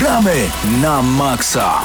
Gramy na maksa!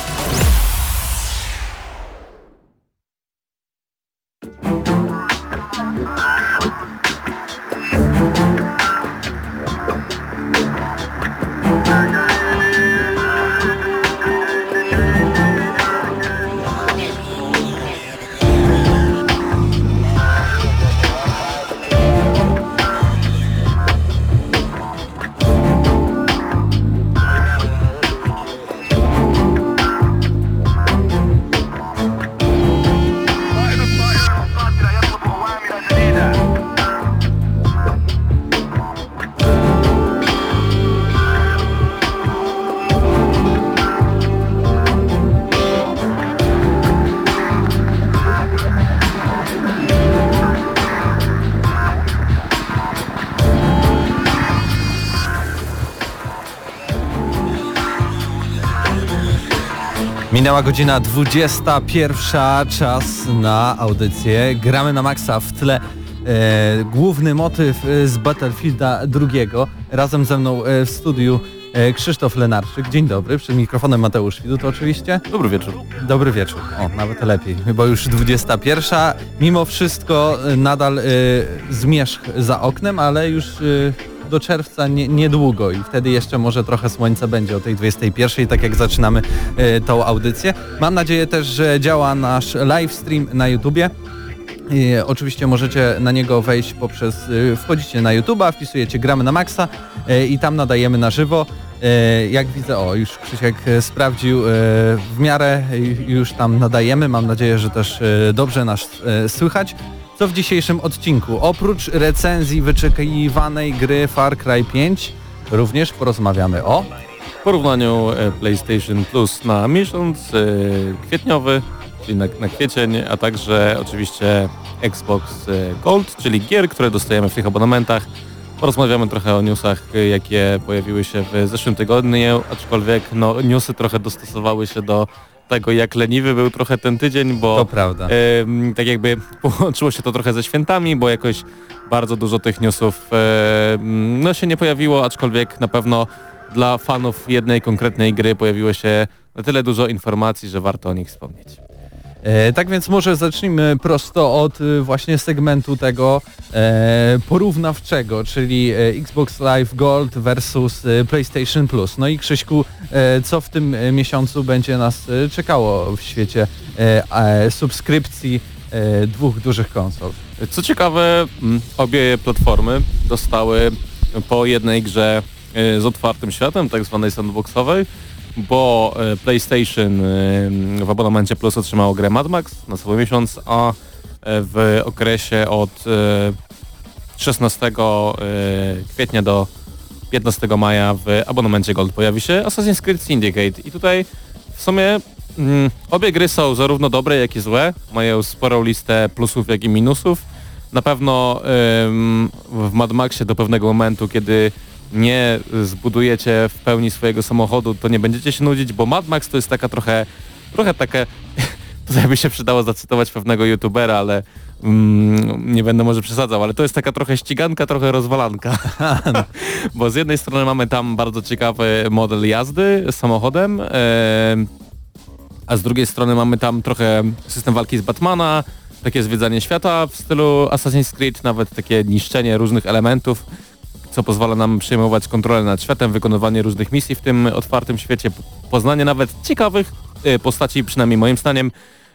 Minęła godzina 21, czas na audycję Gramy na maksa. W tle główny motyw z Battlefielda II. Razem ze mną w studiu Krzysztof Lenarczyk. Dzień dobry, przed mikrofonem Mateusz Widut oczywiście. Dobry wieczór. Dobry wieczór. O, nawet lepiej, bo już 21. Mimo wszystko nadal zmierzch za oknem, ale już do czerwca niedługo i wtedy jeszcze może trochę słońca będzie o tej 21, tak jak zaczynamy tą audycję. Mam nadzieję też, że działa nasz livestream na YouTubie. Oczywiście możecie na niego wejść poprzez, wchodzicie na YouTube'a, wpisujecie Gramy na maksa i tam nadajemy na żywo. Jak widzę, już Krzysiek sprawdził, w miarę już tam nadajemy. Mam nadzieję, że też dobrze nas słychać. Co w dzisiejszym odcinku? Oprócz recenzji wyczekiwanej gry Far Cry 5 również porozmawiamy o porównaniu PlayStation Plus na miesiąc kwietniowy, czyli na kwiecień, a także oczywiście Xbox Gold, czyli gier, które dostajemy w tych abonamentach. Porozmawiamy trochę o newsach, jakie pojawiły się w zeszłym tygodniu, aczkolwiek newsy trochę dostosowały się do tego, jak leniwy był trochę ten tydzień, bo to prawda. Tak jakby połączyło się to trochę ze świętami, bo jakoś bardzo dużo tych newsów się nie pojawiło, aczkolwiek na pewno dla fanów jednej konkretnej gry pojawiło się na tyle dużo informacji, że warto o nich wspomnieć. Tak więc może zacznijmy prosto od właśnie segmentu tego porównawczego, czyli Xbox Live Gold versus PlayStation Plus. No i Krzyśku, co w tym miesiącu będzie nas czekało w świecie subskrypcji dwóch dużych konsol? Co ciekawe, obie platformy dostały po jednej grze z otwartym światem, tak zwanej sandboxowej, bo PlayStation w abonamencie Plus otrzymało grę Mad Max na cały miesiąc, a w okresie od 16 kwietnia do 15 maja w abonamencie Gold pojawi się Assassin's Creed Syndicate i tutaj w sumie obie gry są zarówno dobre, jak i złe, mają sporą listę plusów, jak i minusów. Na pewno w Mad Maxie do pewnego momentu, kiedy nie zbudujecie w pełni swojego samochodu, to nie będziecie się nudzić, bo Mad Max to jest taka trochę takie, tutaj by się przydało zacytować pewnego youtubera, ale nie będę może przesadzał, ale to jest taka trochę ściganka, trochę rozwalanka. Bo z jednej strony mamy tam bardzo ciekawy model jazdy samochodem, a z drugiej strony mamy tam trochę system walki z Batmana, takie zwiedzanie świata w stylu Assassin's Creed, nawet takie niszczenie różnych elementów, co pozwala nam przejmować kontrolę nad światem, wykonywanie różnych misji w tym otwartym świecie, poznanie nawet ciekawych postaci, przynajmniej moim zdaniem.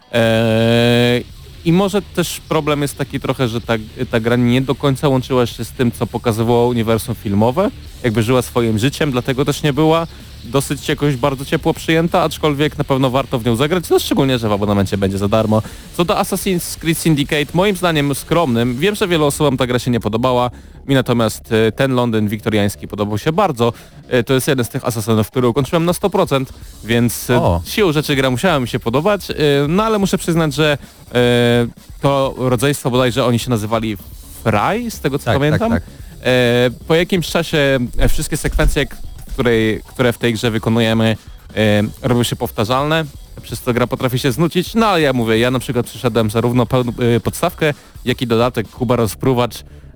I może też problem jest taki trochę, że ta gra nie do końca łączyła się z tym, co pokazywało uniwersum filmowe, jakby żyła swoim życiem, dlatego też nie była dosyć jakoś bardzo ciepło przyjęta, aczkolwiek na pewno warto w nią zagrać, no szczególnie, że w abonamencie będzie za darmo. Co do Assassin's Creed Syndicate, moim zdaniem skromnym, wiem, że wielu osobom ta gra się nie podobała, mi natomiast ten Londyn wiktoriański podobał się bardzo. To jest jeden z tych asasynów, który ukończyłem na 100%, więc siłą rzeczy gra musiała mi się podobać, no ale muszę przyznać, że to rodzeństwo bodajże oni się nazywali Fry, z tego co pamiętam. Tak. Po jakimś czasie wszystkie sekwencje, które w tej grze wykonujemy, robią się powtarzalne, przez co gra potrafi się znudzić, no ale ja mówię, ja na przykład przyszedłem zarówno pełną podstawkę, jak i dodatek Kuba Rozpruwacz,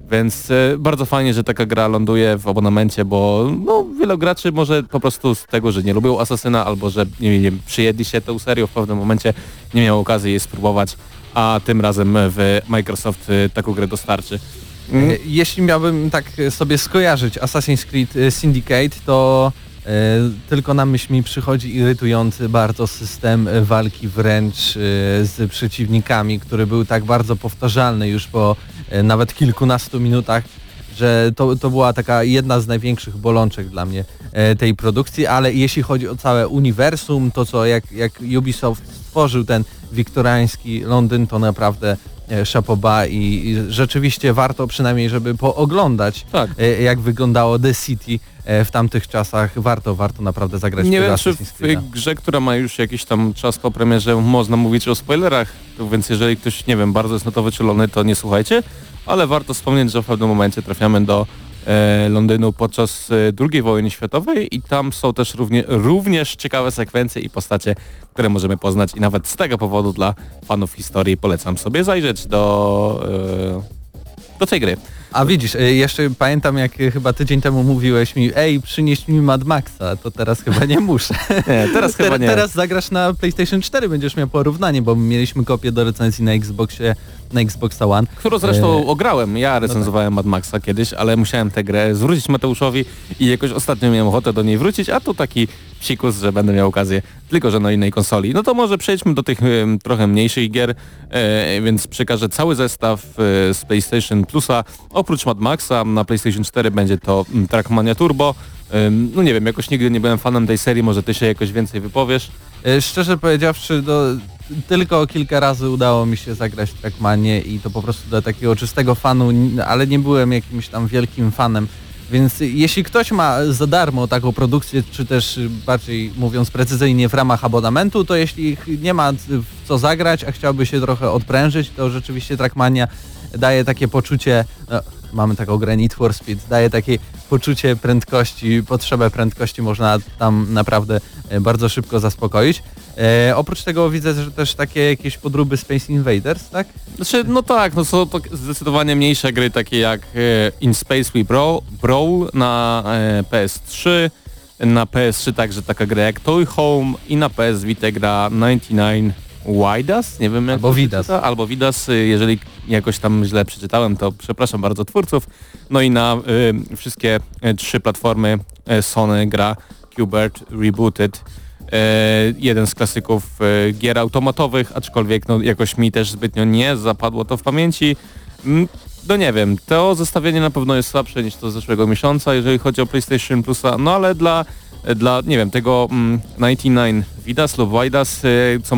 Więc bardzo fajnie, że taka gra ląduje w abonamencie, bo no, wielu graczy może po prostu z tego, że nie lubią Asasyna albo że nie wiem, przyjedli się tą serią w pewnym momencie, nie miał okazji jej spróbować, a tym razem w Microsoft taką grę dostarczy. Jeśli miałbym tak sobie skojarzyć Assassin's Creed Syndicate, to tylko na myśl mi przychodzi irytujący bardzo system walki wręcz z przeciwnikami, który był tak bardzo powtarzalny już po nawet kilkunastu minutach, że to była taka jedna z największych bolączek dla mnie tej produkcji, ale jeśli chodzi o całe uniwersum, to co jak Ubisoft stworzył ten wiktoriański Londyn, to naprawdę chapeau bas i rzeczywiście warto przynajmniej, żeby pooglądać jak wyglądało The City w tamtych czasach. Warto naprawdę zagrać w Nie wiem, Assassin's czy Creed'a. w grze, która ma już jakiś tam czas po premierze, można mówić o spoilerach, więc jeżeli ktoś, nie wiem, bardzo jest na to wyczulony, to nie słuchajcie, ale warto wspomnieć, że w pewnym momencie trafiamy do Londynu podczas II wojny światowej i tam są też również ciekawe sekwencje i postacie, które możemy poznać i nawet z tego powodu dla fanów historii polecam sobie zajrzeć do tej gry. A widzisz, jeszcze pamiętam jak chyba tydzień temu mówiłeś mi, przynieś mi Mad Maxa, to teraz chyba nie muszę. Nie, teraz chyba nie. Teraz zagrasz na PlayStation 4, będziesz miał porównanie, bo mieliśmy kopię do recenzji na Xboxa One. Którą zresztą ograłem. Ja recenzowałem Mad Maxa kiedyś, ale musiałem tę grę zwrócić Mateuszowi i jakoś ostatnio miałem ochotę do niej wrócić, a tu taki psikus, że będę miał okazję, tylko że na innej konsoli. No to może przejdźmy do tych trochę mniejszych gier, więc przekażę cały zestaw z PlayStation Plusa. Oprócz Mad Maxa na PlayStation 4 będzie to Trackmania Turbo. No nie wiem, jakoś nigdy nie byłem fanem tej serii, może ty się jakoś więcej wypowiesz. Szczerze powiedziawszy, tylko kilka razy udało mi się zagrać w Trackmanie i to po prostu do takiego czystego fanu, ale nie byłem jakimś tam wielkim fanem. Więc jeśli ktoś ma za darmo taką produkcję, czy też bardziej mówiąc precyzyjnie w ramach abonamentu, to jeśli nie ma w co zagrać, a chciałby się trochę odprężyć, to rzeczywiście Trackmania daje takie poczucie, mamy taką grę Need for Speed, daje takie poczucie prędkości, potrzebę prędkości można tam naprawdę bardzo szybko zaspokoić. Oprócz tego widzę, że też takie jakieś podróby Space Invaders, tak? Znaczy, no tak, no są to zdecydowanie mniejsze gry takie jak In Space We Brawl na PS3, na PS3 także taka gra jak Toy Home i na PS Vita gra 99 Widas, nie wiem jak albo Vidas. Albo Vidas, jeżeli jakoś tam źle przeczytałem, to przepraszam bardzo twórców. No i na wszystkie 3 platformy Sony gra Q*bert Rebooted. Jeden z klasyków gier automatowych, aczkolwiek no, jakoś mi też zbytnio nie zapadło to w pamięci. No nie wiem, to zestawienie na pewno jest słabsze niż to z zeszłego miesiąca, jeżeli chodzi o PlayStation Plusa, no ale dla nie wiem, tego 99 Vidas lub Widas, co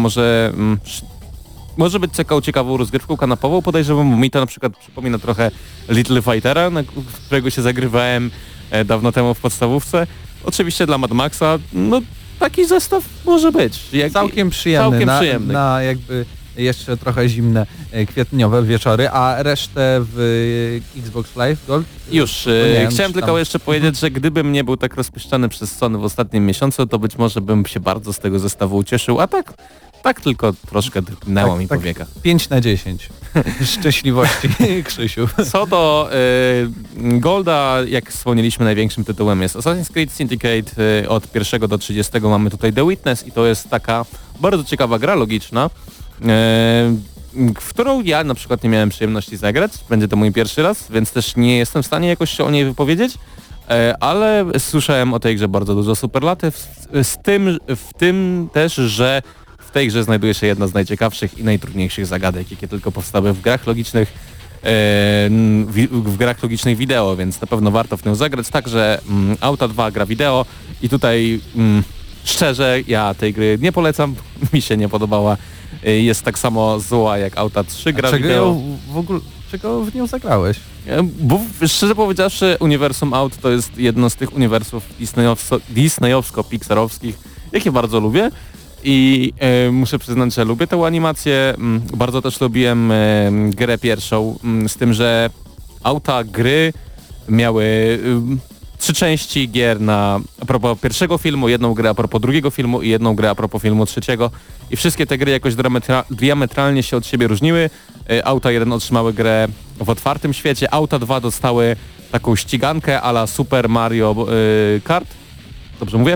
może być ciekawą rozgrywką kanapową, podejrzewam, bo mi to na przykład przypomina trochę Little Fightera, którego się zagrywałem dawno temu w podstawówce. Oczywiście dla Mad Maxa, no taki zestaw może być. Całkiem przyjemny, na jakby jeszcze trochę zimne kwietniowe wieczory, a resztę w Xbox Live Gold? Już, chciałem tylko jeszcze powiedzieć, że gdybym nie był tak rozpieszczany przez Sony w ostatnim miesiącu, to być może bym się bardzo z tego zestawu ucieszył, a tak tylko troszkę drgnęło mi po wiekach. 5 na 10. Szczęśliwości, Krzysiu. Co do Golda, jak wspomnieliśmy, największym tytułem jest Assassin's Creed Syndicate. Od 1 do 30 mamy tutaj The Witness i to jest taka bardzo ciekawa gra logiczna, w którą ja na przykład nie miałem przyjemności zagrać. Będzie to mój pierwszy raz, więc też nie jestem w stanie jakoś się o niej wypowiedzieć, ale słyszałem o tej grze bardzo dużo superlatyw, w tym też, że w tej grze znajduje się jedna z najciekawszych i najtrudniejszych zagadek, jakie tylko powstały w grach logicznych, wideo, więc na pewno warto w nią zagrać. Także Auta 2 gra wideo i tutaj szczerze ja tej gry nie polecam, mi się nie podobała. Jest tak samo zła jak Auta 3 gra wideo. Czego w nią zagrałeś? Bo szczerze powiedziawszy, uniwersum Aut to jest jedno z tych uniwersów disneyowsko-pixarowskich, jakie bardzo lubię. I muszę przyznać, że lubię tę animację. Bardzo też lubiłem grę pierwszą, z tym, że auta gry miały 3 części gier a propos pierwszego filmu, jedną grę a propos drugiego filmu i jedną grę a propos filmu trzeciego. I wszystkie te gry jakoś diametralnie się od siebie różniły. Auta 1 otrzymały grę w otwartym świecie. Auta 2 dostały taką ścigankę a la Super Mario Kart. Dobrze mówię?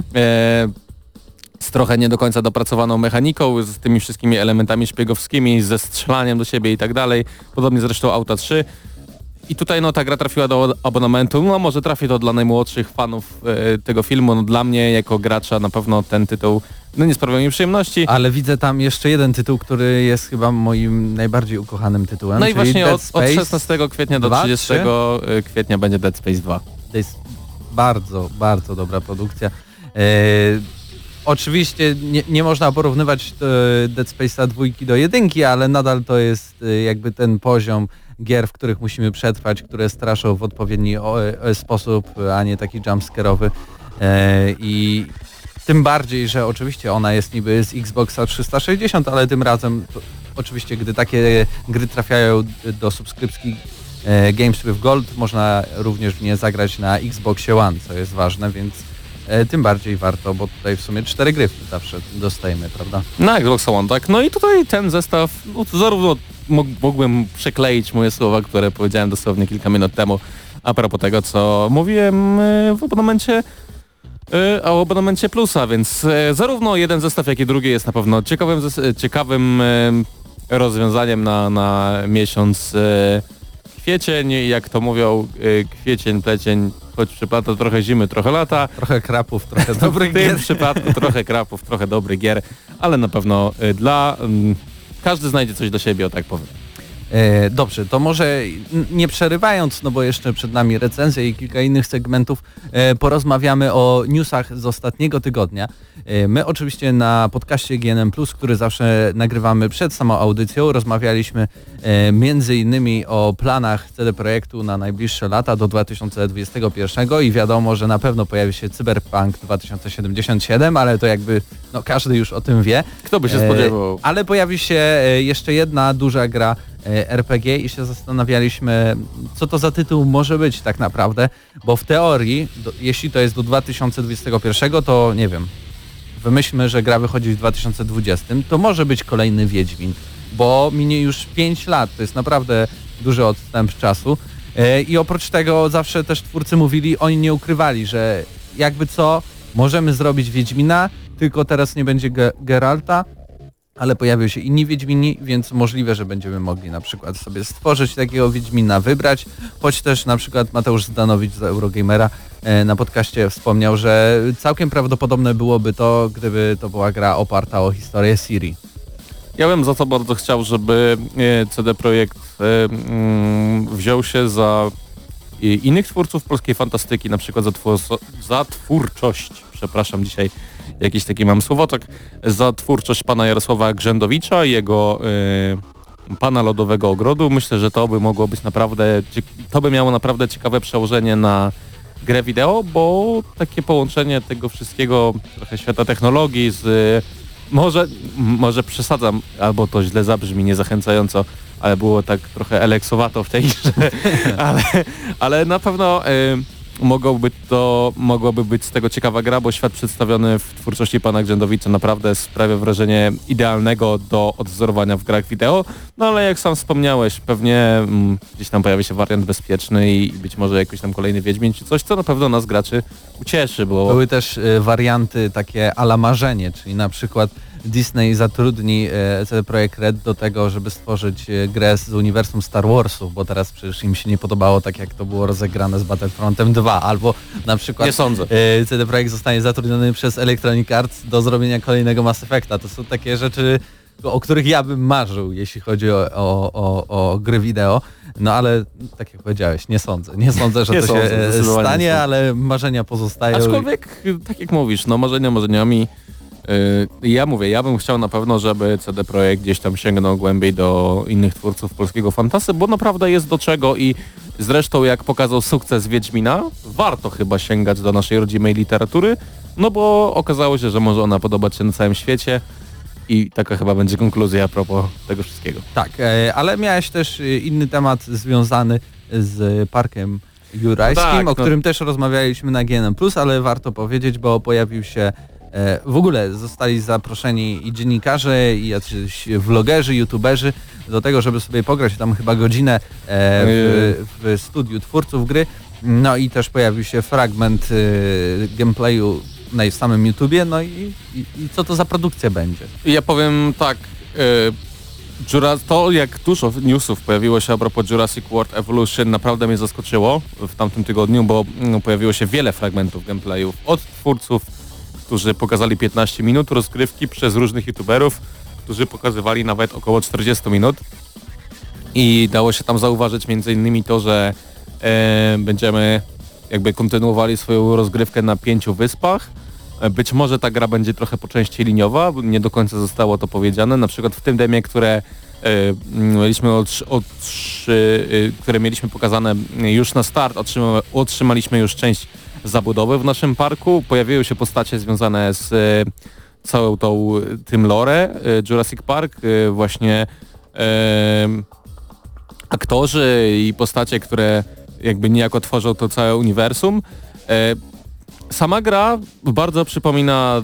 Z trochę nie do końca dopracowaną mechaniką, z tymi wszystkimi elementami szpiegowskimi, ze strzelaniem do siebie i tak dalej. Podobnie zresztą Auta 3. I tutaj ta gra trafiła do abonamentu. No może trafi to dla najmłodszych fanów tego filmu. No dla mnie jako gracza na pewno ten tytuł nie sprawiał mi przyjemności. Ale widzę tam jeszcze jeden tytuł, który jest chyba moim najbardziej ukochanym tytułem. No i czyli właśnie od 16 kwietnia do 30 kwietnia będzie Dead Space 2. To jest bardzo, bardzo dobra produkcja. Oczywiście nie można porównywać Dead Space'a 2 do 1, ale nadal to jest jakby ten poziom gier, w których musimy przetrwać, które straszą w odpowiedni sposób, a nie taki jumpscare'owy. I tym bardziej, że oczywiście ona jest niby z Xboxa 360, ale tym razem oczywiście, gdy takie gry trafiają do subskrypcji Games with Gold, można również w nie zagrać na Xboxie One, co jest ważne, więc tym bardziej warto, bo tutaj w sumie 4 gry zawsze dostajemy, prawda? Na Xbox One, tak. No i tutaj ten zestaw, zarówno mógłbym przekleić moje słowa, które powiedziałem dosłownie kilka minut temu, a propos tego, co mówiłem w abonamencie Plusa, więc zarówno jeden zestaw, jak i drugi jest na pewno ciekawym rozwiązaniem na miesiąc kwiecień, jak to mówią, kwiecień, plecień, choć przyplata trochę zimy, trochę lata. Trochę krapów, trochę dobrych gier. W tym gier. przypadku trochę krapów, trochę dobrych gier, ale na pewno każdy znajdzie coś do siebie, o tak powiem. Dobrze, to może nie przerywając, no bo jeszcze przed nami recenzja i kilka innych segmentów, porozmawiamy o newsach z ostatniego tygodnia. My oczywiście na podcaście GNM+, który zawsze nagrywamy przed samą audycją, rozmawialiśmy między innymi o planach CD Projektu na najbliższe lata do 2021 i wiadomo, że na pewno pojawi się Cyberpunk 2077, ale to jakby każdy już o tym wie. Kto by się spodziewał? Ale pojawi się jeszcze jedna duża gra RPG i się zastanawialiśmy, co to za tytuł może być tak naprawdę, bo w teorii, jeśli to jest do 2021, to nie wiem, wymyślmy, że gra wychodzi w 2020, to może być kolejny Wiedźmin, bo minie już 5 lat, to jest naprawdę duży odstęp czasu i oprócz tego zawsze też twórcy mówili, oni nie ukrywali, że jakby co, możemy zrobić Wiedźmina, tylko teraz nie będzie Geralta, ale pojawią się inni Wiedźmini, więc możliwe, że będziemy mogli na przykład sobie stworzyć takiego Wiedźmina, wybrać, choć też na przykład Mateusz Zdanowicz z Eurogamera na podcaście wspomniał, że całkiem prawdopodobne byłoby to, gdyby to była gra oparta o historię Ciri. Ja bym za to bardzo chciał, żeby CD Projekt wziął się za innych twórców polskiej fantastyki, na przykład za twórczość, przepraszam, dzisiaj jakiś taki mam słowotok, za twórczość pana Jarosława Grzędowicza i jego Pana Lodowego Ogrodu. Myślę, że to by mogło być naprawdę, to by miało naprawdę ciekawe przełożenie na grę wideo, bo takie połączenie tego wszystkiego, trochę świata technologii z, może przesadzam, albo to źle zabrzmi, niezachęcająco, ale było tak trochę eleksowato w tej grze, ale na pewno mogłoby być z tego ciekawa gra, bo świat przedstawiony w twórczości pana Grzędowicza naprawdę sprawia wrażenie idealnego do odwzorowania w grach wideo, no ale jak sam wspomniałeś, pewnie gdzieś tam pojawi się wariant bezpieczny i być może jakiś tam kolejny Wiedźmin czy coś, co na pewno nas graczy ucieszy, bo... Były też warianty takie a la marzenie, czyli na przykład Disney zatrudni CD Projekt Red do tego, żeby stworzyć grę z uniwersum Star Warsów, bo teraz przecież im się nie podobało tak, jak to było rozegrane z Battlefrontem 2, albo na przykład nie sądzę. CD Projekt zostanie zatrudniony przez Electronic Arts do zrobienia kolejnego Mass Effecta. To są takie rzeczy, o których ja bym marzył, jeśli chodzi o gry wideo, no ale tak jak powiedziałeś, nie sądzę, że nie to sądzę, się stanie, ale marzenia pozostają. Aczkolwiek, tak jak mówisz, marzenia marzeniami. Ja bym chciał na pewno, żeby CD Projekt gdzieś tam sięgnął głębiej do innych twórców polskiego fantasy, bo naprawdę jest do czego i zresztą jak pokazał sukces Wiedźmina, warto chyba sięgać do naszej rodzimej literatury, no bo okazało się, że może ona podobać się na całym świecie i taka chyba będzie konkluzja a propos tego wszystkiego. Tak, ale miałeś też inny temat związany z Parkiem Jurajskim, tak, o którym też rozmawialiśmy na GNM+, ale warto powiedzieć, bo pojawił się W ogóle zostali zaproszeni i dziennikarze, i jacyś vlogerzy, youtuberzy do tego, żeby sobie pograć tam chyba godzinę w studiu twórców gry. No i też pojawił się fragment gameplayu na samym YouTubie, no i co to za produkcja będzie? Ja powiem tak, to jak dużo newsów pojawiło się a propos Jurassic World Evolution naprawdę mnie zaskoczyło w tamtym tygodniu, bo pojawiło się wiele fragmentów gameplayów od twórców, którzy pokazali 15 minut rozgrywki przez różnych youtuberów, którzy pokazywali nawet około 40 minut i dało się tam zauważyć m.in. to, że będziemy jakby kontynuowali swoją rozgrywkę na 5 wyspach. Być może ta gra będzie trochę po części liniowa, nie do końca zostało to powiedziane. Na przykład w tym demie, które mieliśmy pokazane już na start, otrzymaliśmy już część zabudowy w naszym parku. Pojawiły się postacie związane z całą tym lore Jurassic Park, właśnie aktorzy i postacie, które jakby niejako tworzą to całe uniwersum. Sama gra bardzo przypomina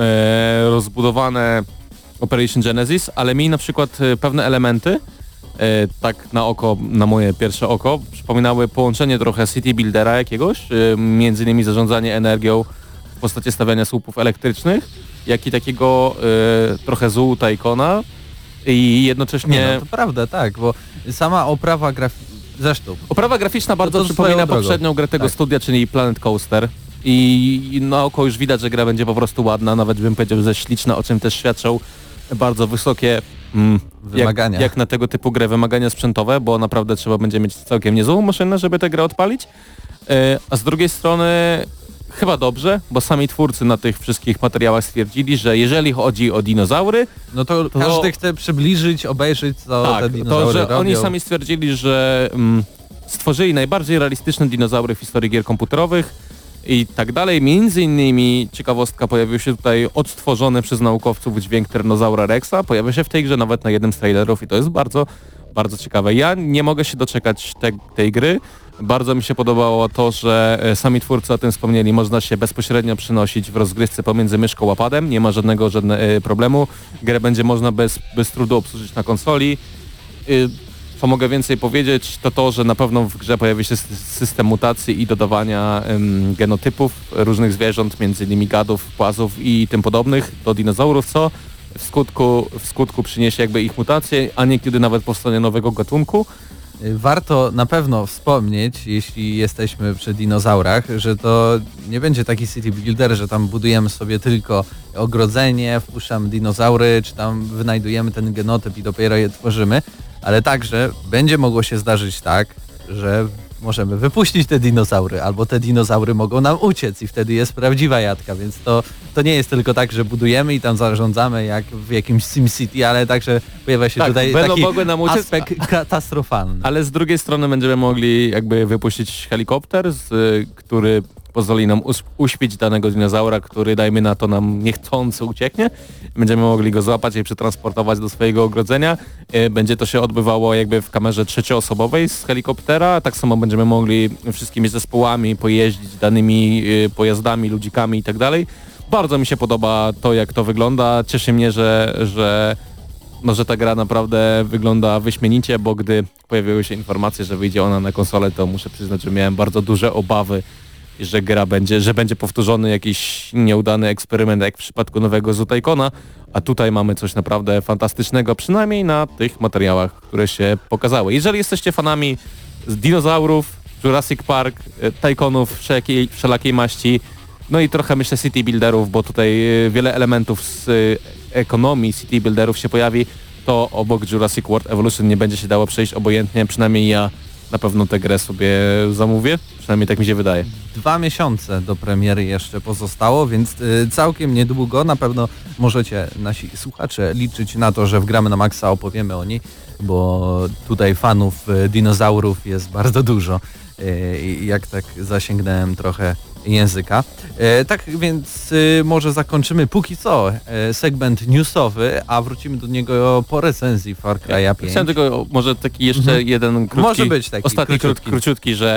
rozbudowane Operation Genesis, ale mi na przykład pewne elementy, tak na oko, na moje pierwsze oko, przypominały połączenie trochę City Buildera jakiegoś, między innymi zarządzanie energią w postaci stawiania słupów elektrycznych, jak i takiego trochę Zoo Tycoona i jednocześnie... Nie, no to prawda, tak, bo sama oprawa zresztą... Oprawa graficzna bardzo przypomina poprzednią grę tego studia, czyli Planet Coaster. I na oko już widać, że gra będzie po prostu ładna, nawet bym powiedział, że śliczna, o czym też świadczą bardzo wysokie wymagania. Jak na tego typu grę wymagania sprzętowe, bo naprawdę trzeba będzie mieć całkiem niezłą maszynę, żeby tę grę odpalić. A z drugiej strony chyba dobrze, bo sami twórcy na tych wszystkich materiałach stwierdzili, że jeżeli chodzi o dinozaury, no to każdy chce przybliżyć, obejrzeć, co te dinozaury to, że robią. Oni sami stwierdzili, że stworzyli najbardziej realistyczne dinozaury w historii gier komputerowych i tak dalej. Między innymi ciekawostka, pojawił się tutaj odtworzony przez naukowców dźwięk Tyranozaura Rexa. Pojawia się w tej grze nawet na jednym z trailerów i to jest bardzo, bardzo ciekawe. Ja nie mogę się doczekać tej gry. Bardzo mi się podobało to, że sami twórcy o tym wspomnieli. Można się bezpośrednio przynosić w rozgrywce pomiędzy myszką a padem. Nie ma żadnego problemu. Grę będzie można bez trudu obsłużyć na konsoli. Co mogę więcej powiedzieć, to, że na pewno w grze pojawi się system mutacji i dodawania genotypów różnych zwierząt, m.in. gadów, płazów i tym podobnych do dinozaurów, co w skutku przyniesie jakby ich mutację, a niekiedy nawet powstanie nowego gatunku. Warto na pewno wspomnieć, jeśli jesteśmy przy dinozaurach, że to nie będzie taki city builder, że tam budujemy sobie tylko ogrodzenie, wpuszczamy dinozaury, czy tam wynajdujemy ten genotyp i dopiero je tworzymy, ale także będzie mogło się zdarzyć tak, że możemy wypuścić te dinozaury, albo te dinozaury mogą nam uciec i wtedy jest prawdziwa jadka, więc to nie jest tylko tak, że budujemy i tam zarządzamy jak w jakimś SimCity, ale także pojawia się tutaj taki aspekt katastrofalny. Ale z drugiej strony będziemy mogli jakby wypuścić helikopter, który pozwoli nam uśpić danego dinozaura, który dajmy na to nam niechcący ucieknie. Będziemy mogli go złapać i przetransportować do swojego ogrodzenia. Będzie to się odbywało jakby w kamerze trzecioosobowej z helikoptera. Tak samo będziemy mogli wszystkimi zespołami pojeździć danymi pojazdami, ludzikami i tak dalej. Bardzo mi się podoba to, jak to wygląda. Cieszy mnie, że ta gra naprawdę wygląda wyśmienicie, bo gdy pojawiły się informacje, że wyjdzie ona na konsolę, to muszę przyznać, że miałem bardzo duże obawy, że będzie powtórzony jakiś nieudany eksperyment jak w przypadku nowego Zoo Tycoona, a tutaj mamy coś naprawdę fantastycznego, przynajmniej na tych materiałach, które się pokazały. Jeżeli jesteście fanami z dinozaurów, Jurassic Park, Tycoonów wszelakiej maści, no i trochę myślę City Builderów, bo tutaj wiele elementów z ekonomii City Builderów się pojawi, to obok Jurassic World Evolution nie będzie się dało przejść obojętnie, przynajmniej ja na pewno tę grę sobie zamówię, przynajmniej tak mi się wydaje. 2 miesiące do premiery jeszcze pozostało, więc całkiem niedługo na pewno możecie nasi słuchacze liczyć na to, że w Gramy na Maxa opowiemy o niej, bo tutaj fanów dinozaurów jest bardzo dużo. Jak tak zasięgnąłem trochę języka. Tak więc może zakończymy póki co segment newsowy, a wrócimy do niego po recenzji Far Cry'a 5. Chciałem tylko może taki jeszcze jeden krótki, może być taki ostatni króciutki, że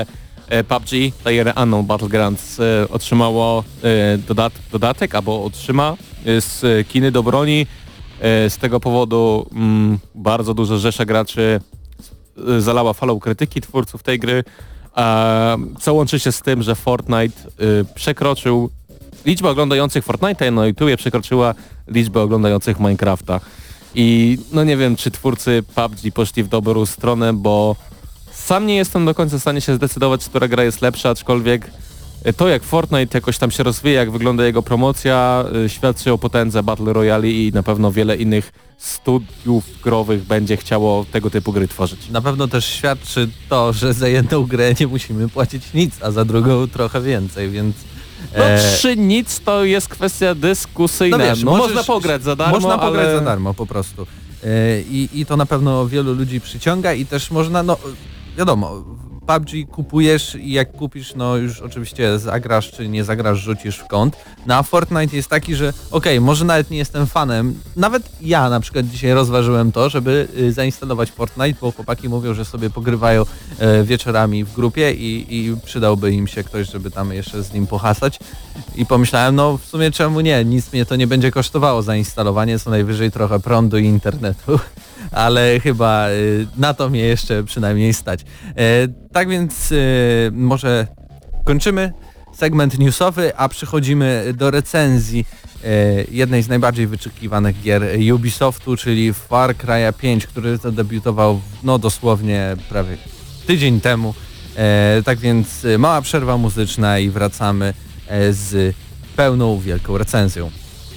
PUBG, PlayerUnknown's Battlegrounds otrzymało dodatek, albo otrzyma skiny do broni. Z tego powodu bardzo duża rzesza graczy zalała falą krytyki twórców tej gry, co łączy się z tym, że Fortnite przekroczył liczba oglądających Fortnite'a na YouTube przekroczyła liczbę oglądających Minecrafta. I no nie wiem, czy twórcy PUBG poszli w dobrą stronę, bo sam nie jestem do końca w stanie się zdecydować, która gra jest lepsza, aczkolwiek to jak Fortnite jakoś tam się rozwija, jak wygląda jego promocja, świadczy o potędze Battle Royale i na pewno wiele innych studiów growych będzie chciało tego typu gry tworzyć. Na pewno też świadczy to, że za jedną grę nie musimy płacić nic, a za drugą trochę więcej, więc... No 3 nic to jest kwestia dyskusyjna. No wiesz, można pograć za darmo, można pograć ale... za darmo po prostu. I to na pewno wielu ludzi przyciąga i też można, no wiadomo, PUBG kupujesz i jak kupisz, no już oczywiście zagrasz czy nie zagrasz, rzucisz w kąt. No a Fortnite jest taki, że okej, może nawet nie jestem fanem, nawet ja na przykład dzisiaj rozważyłem to, żeby zainstalować Fortnite, bo chłopaki mówią, że sobie pogrywają wieczorami w grupie i przydałby im się ktoś, żeby tam jeszcze z nim pohasać. I pomyślałem, no w sumie czemu nie, nic mnie to nie będzie kosztowało zainstalowanie, co najwyżej trochę prądu i internetu. Ale chyba na to mnie jeszcze przynajmniej stać. Tak więc może kończymy segment newsowy, a przechodzimy do recenzji jednej z najbardziej wyczekiwanych gier Ubisoftu, czyli Far Cry 5, który zadebiutował no dosłownie prawie tydzień temu. Tak więc mała przerwa muzyczna i wracamy z pełną wielką recenzją.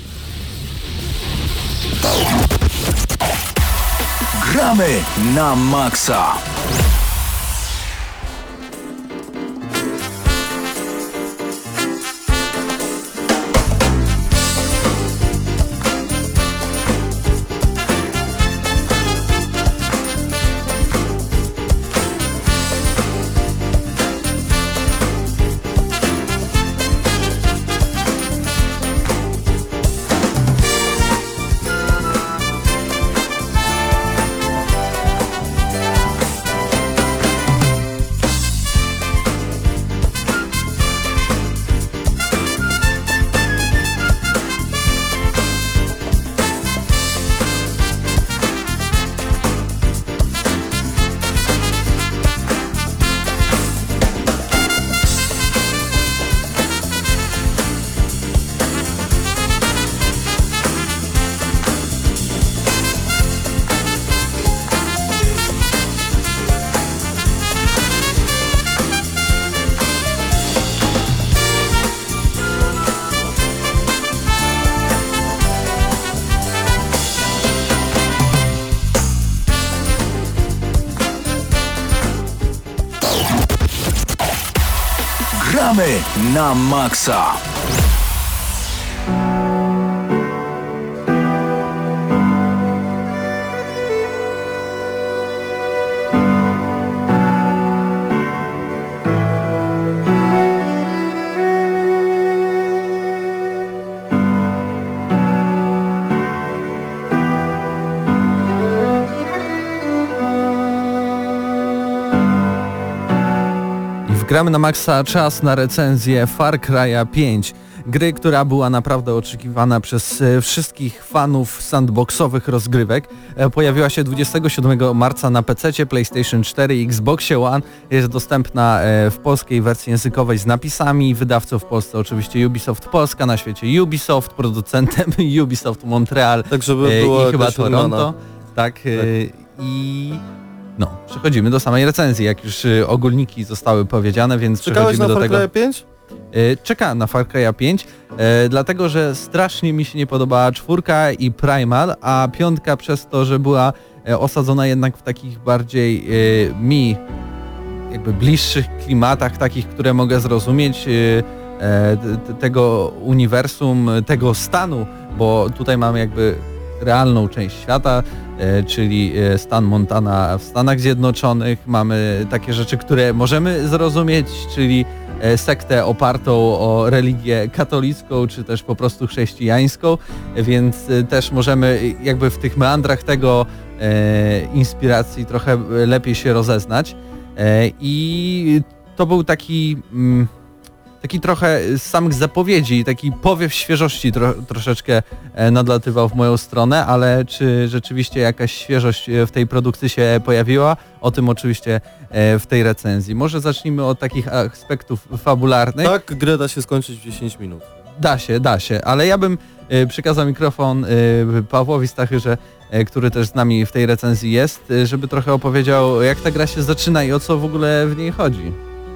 Gramy na maksa! Gramy na maksa! Gramy na maksa, czas na recenzję Far Cry'a 5. Gry, która była naprawdę oczekiwana przez wszystkich fanów sandboxowych rozgrywek. Pojawiła się 27 marca na PC, PlayStation 4 i Xboxie One. Jest dostępna w polskiej wersji językowej z napisami. Wydawcą w Polsce oczywiście Ubisoft Polska, na świecie Ubisoft, producentem Ubisoft Montreal tak, żeby było i chyba Toronto. Tak. I... No, przechodzimy do samej recenzji, jak już ogólniki zostały powiedziane, więc przechodzimy do tego. Czekałeś na Far Cry 5? Czekam na Far Cry'a 5, dlatego że strasznie mi się nie podobała 4 i Primal, a 5 przez to, że była osadzona jednak w takich bardziej mi jakby bliższych klimatach, takich, które mogę zrozumieć, tego uniwersum, tego stanu, bo tutaj mamy jakby realną część świata, czyli stan Montana w Stanach Zjednoczonych. Mamy takie rzeczy, które możemy zrozumieć, czyli sektę opartą o religię katolicką, czy też po prostu chrześcijańską, więc też możemy jakby w tych meandrach tego inspiracji trochę lepiej się rozeznać. I to był taki trochę z samych zapowiedzi, taki powiew świeżości troszeczkę nadlatywał w moją stronę, ale czy rzeczywiście jakaś świeżość w tej produkcji się pojawiła? O tym oczywiście w tej recenzji. Może zacznijmy od takich aspektów fabularnych. Tak, grę da się skończyć w 10 minut. Da się, ale ja bym przekazał mikrofon Pawłowi Stachyrze, który też z nami w tej recenzji jest, żeby trochę opowiedział, jak ta gra się zaczyna i o co w ogóle w niej chodzi.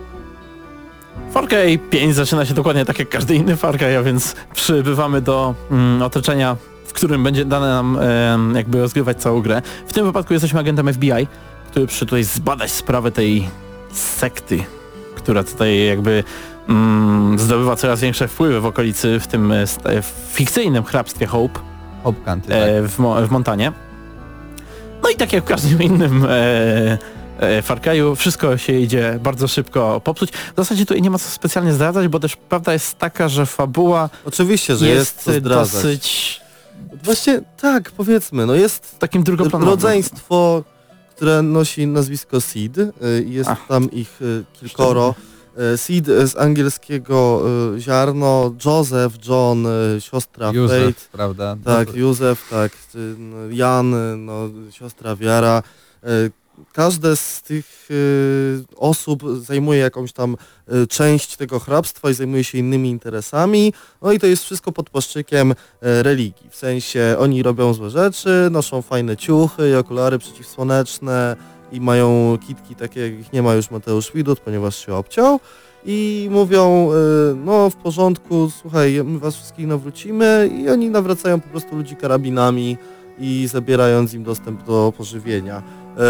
Far Cry 5 zaczyna się dokładnie tak jak każdy inny Far Cry, a więc przybywamy do otoczenia, w którym będzie dane nam jakby rozgrywać całą grę. W tym wypadku jesteśmy agentem FBI, który przyszedł tutaj zbadać sprawę tej sekty, która tutaj jakby zdobywa coraz większe wpływy w okolicy, w tym fikcyjnym hrabstwie Hope Country, tak. w Montanie. No i tak jak w każdym innym Far Cry'u, wszystko się idzie bardzo szybko popsuć. W zasadzie tutaj nie ma co specjalnie zdradzać, bo też prawda jest taka, że fabuła Oczywiście, że jest co zdradzać. dosyć Właśnie tak, powiedzmy, no jest takim drugoplanowym. rodzeństwo, które nosi nazwisko Seed. Jest tam ich kilkoro. Seed z angielskiego ziarno, Joseph, John, siostra Józef, Faith. prawda? Tak, Józef, tak, Jan, no, siostra Wiara. Każde z tych osób zajmuje jakąś tam część tego hrabstwa i zajmuje się innymi interesami. No i to jest wszystko pod płaszczykiem religii. W sensie oni robią złe rzeczy, noszą fajne ciuchy i okulary przeciwsłoneczne i mają kitki takie, jakich nie ma już Mateusz Widut, ponieważ się obciął. I mówią, no w porządku, słuchaj, my was wszystkich nawrócimy i oni nawracają po prostu ludzi karabinami i zabierając im dostęp do pożywienia.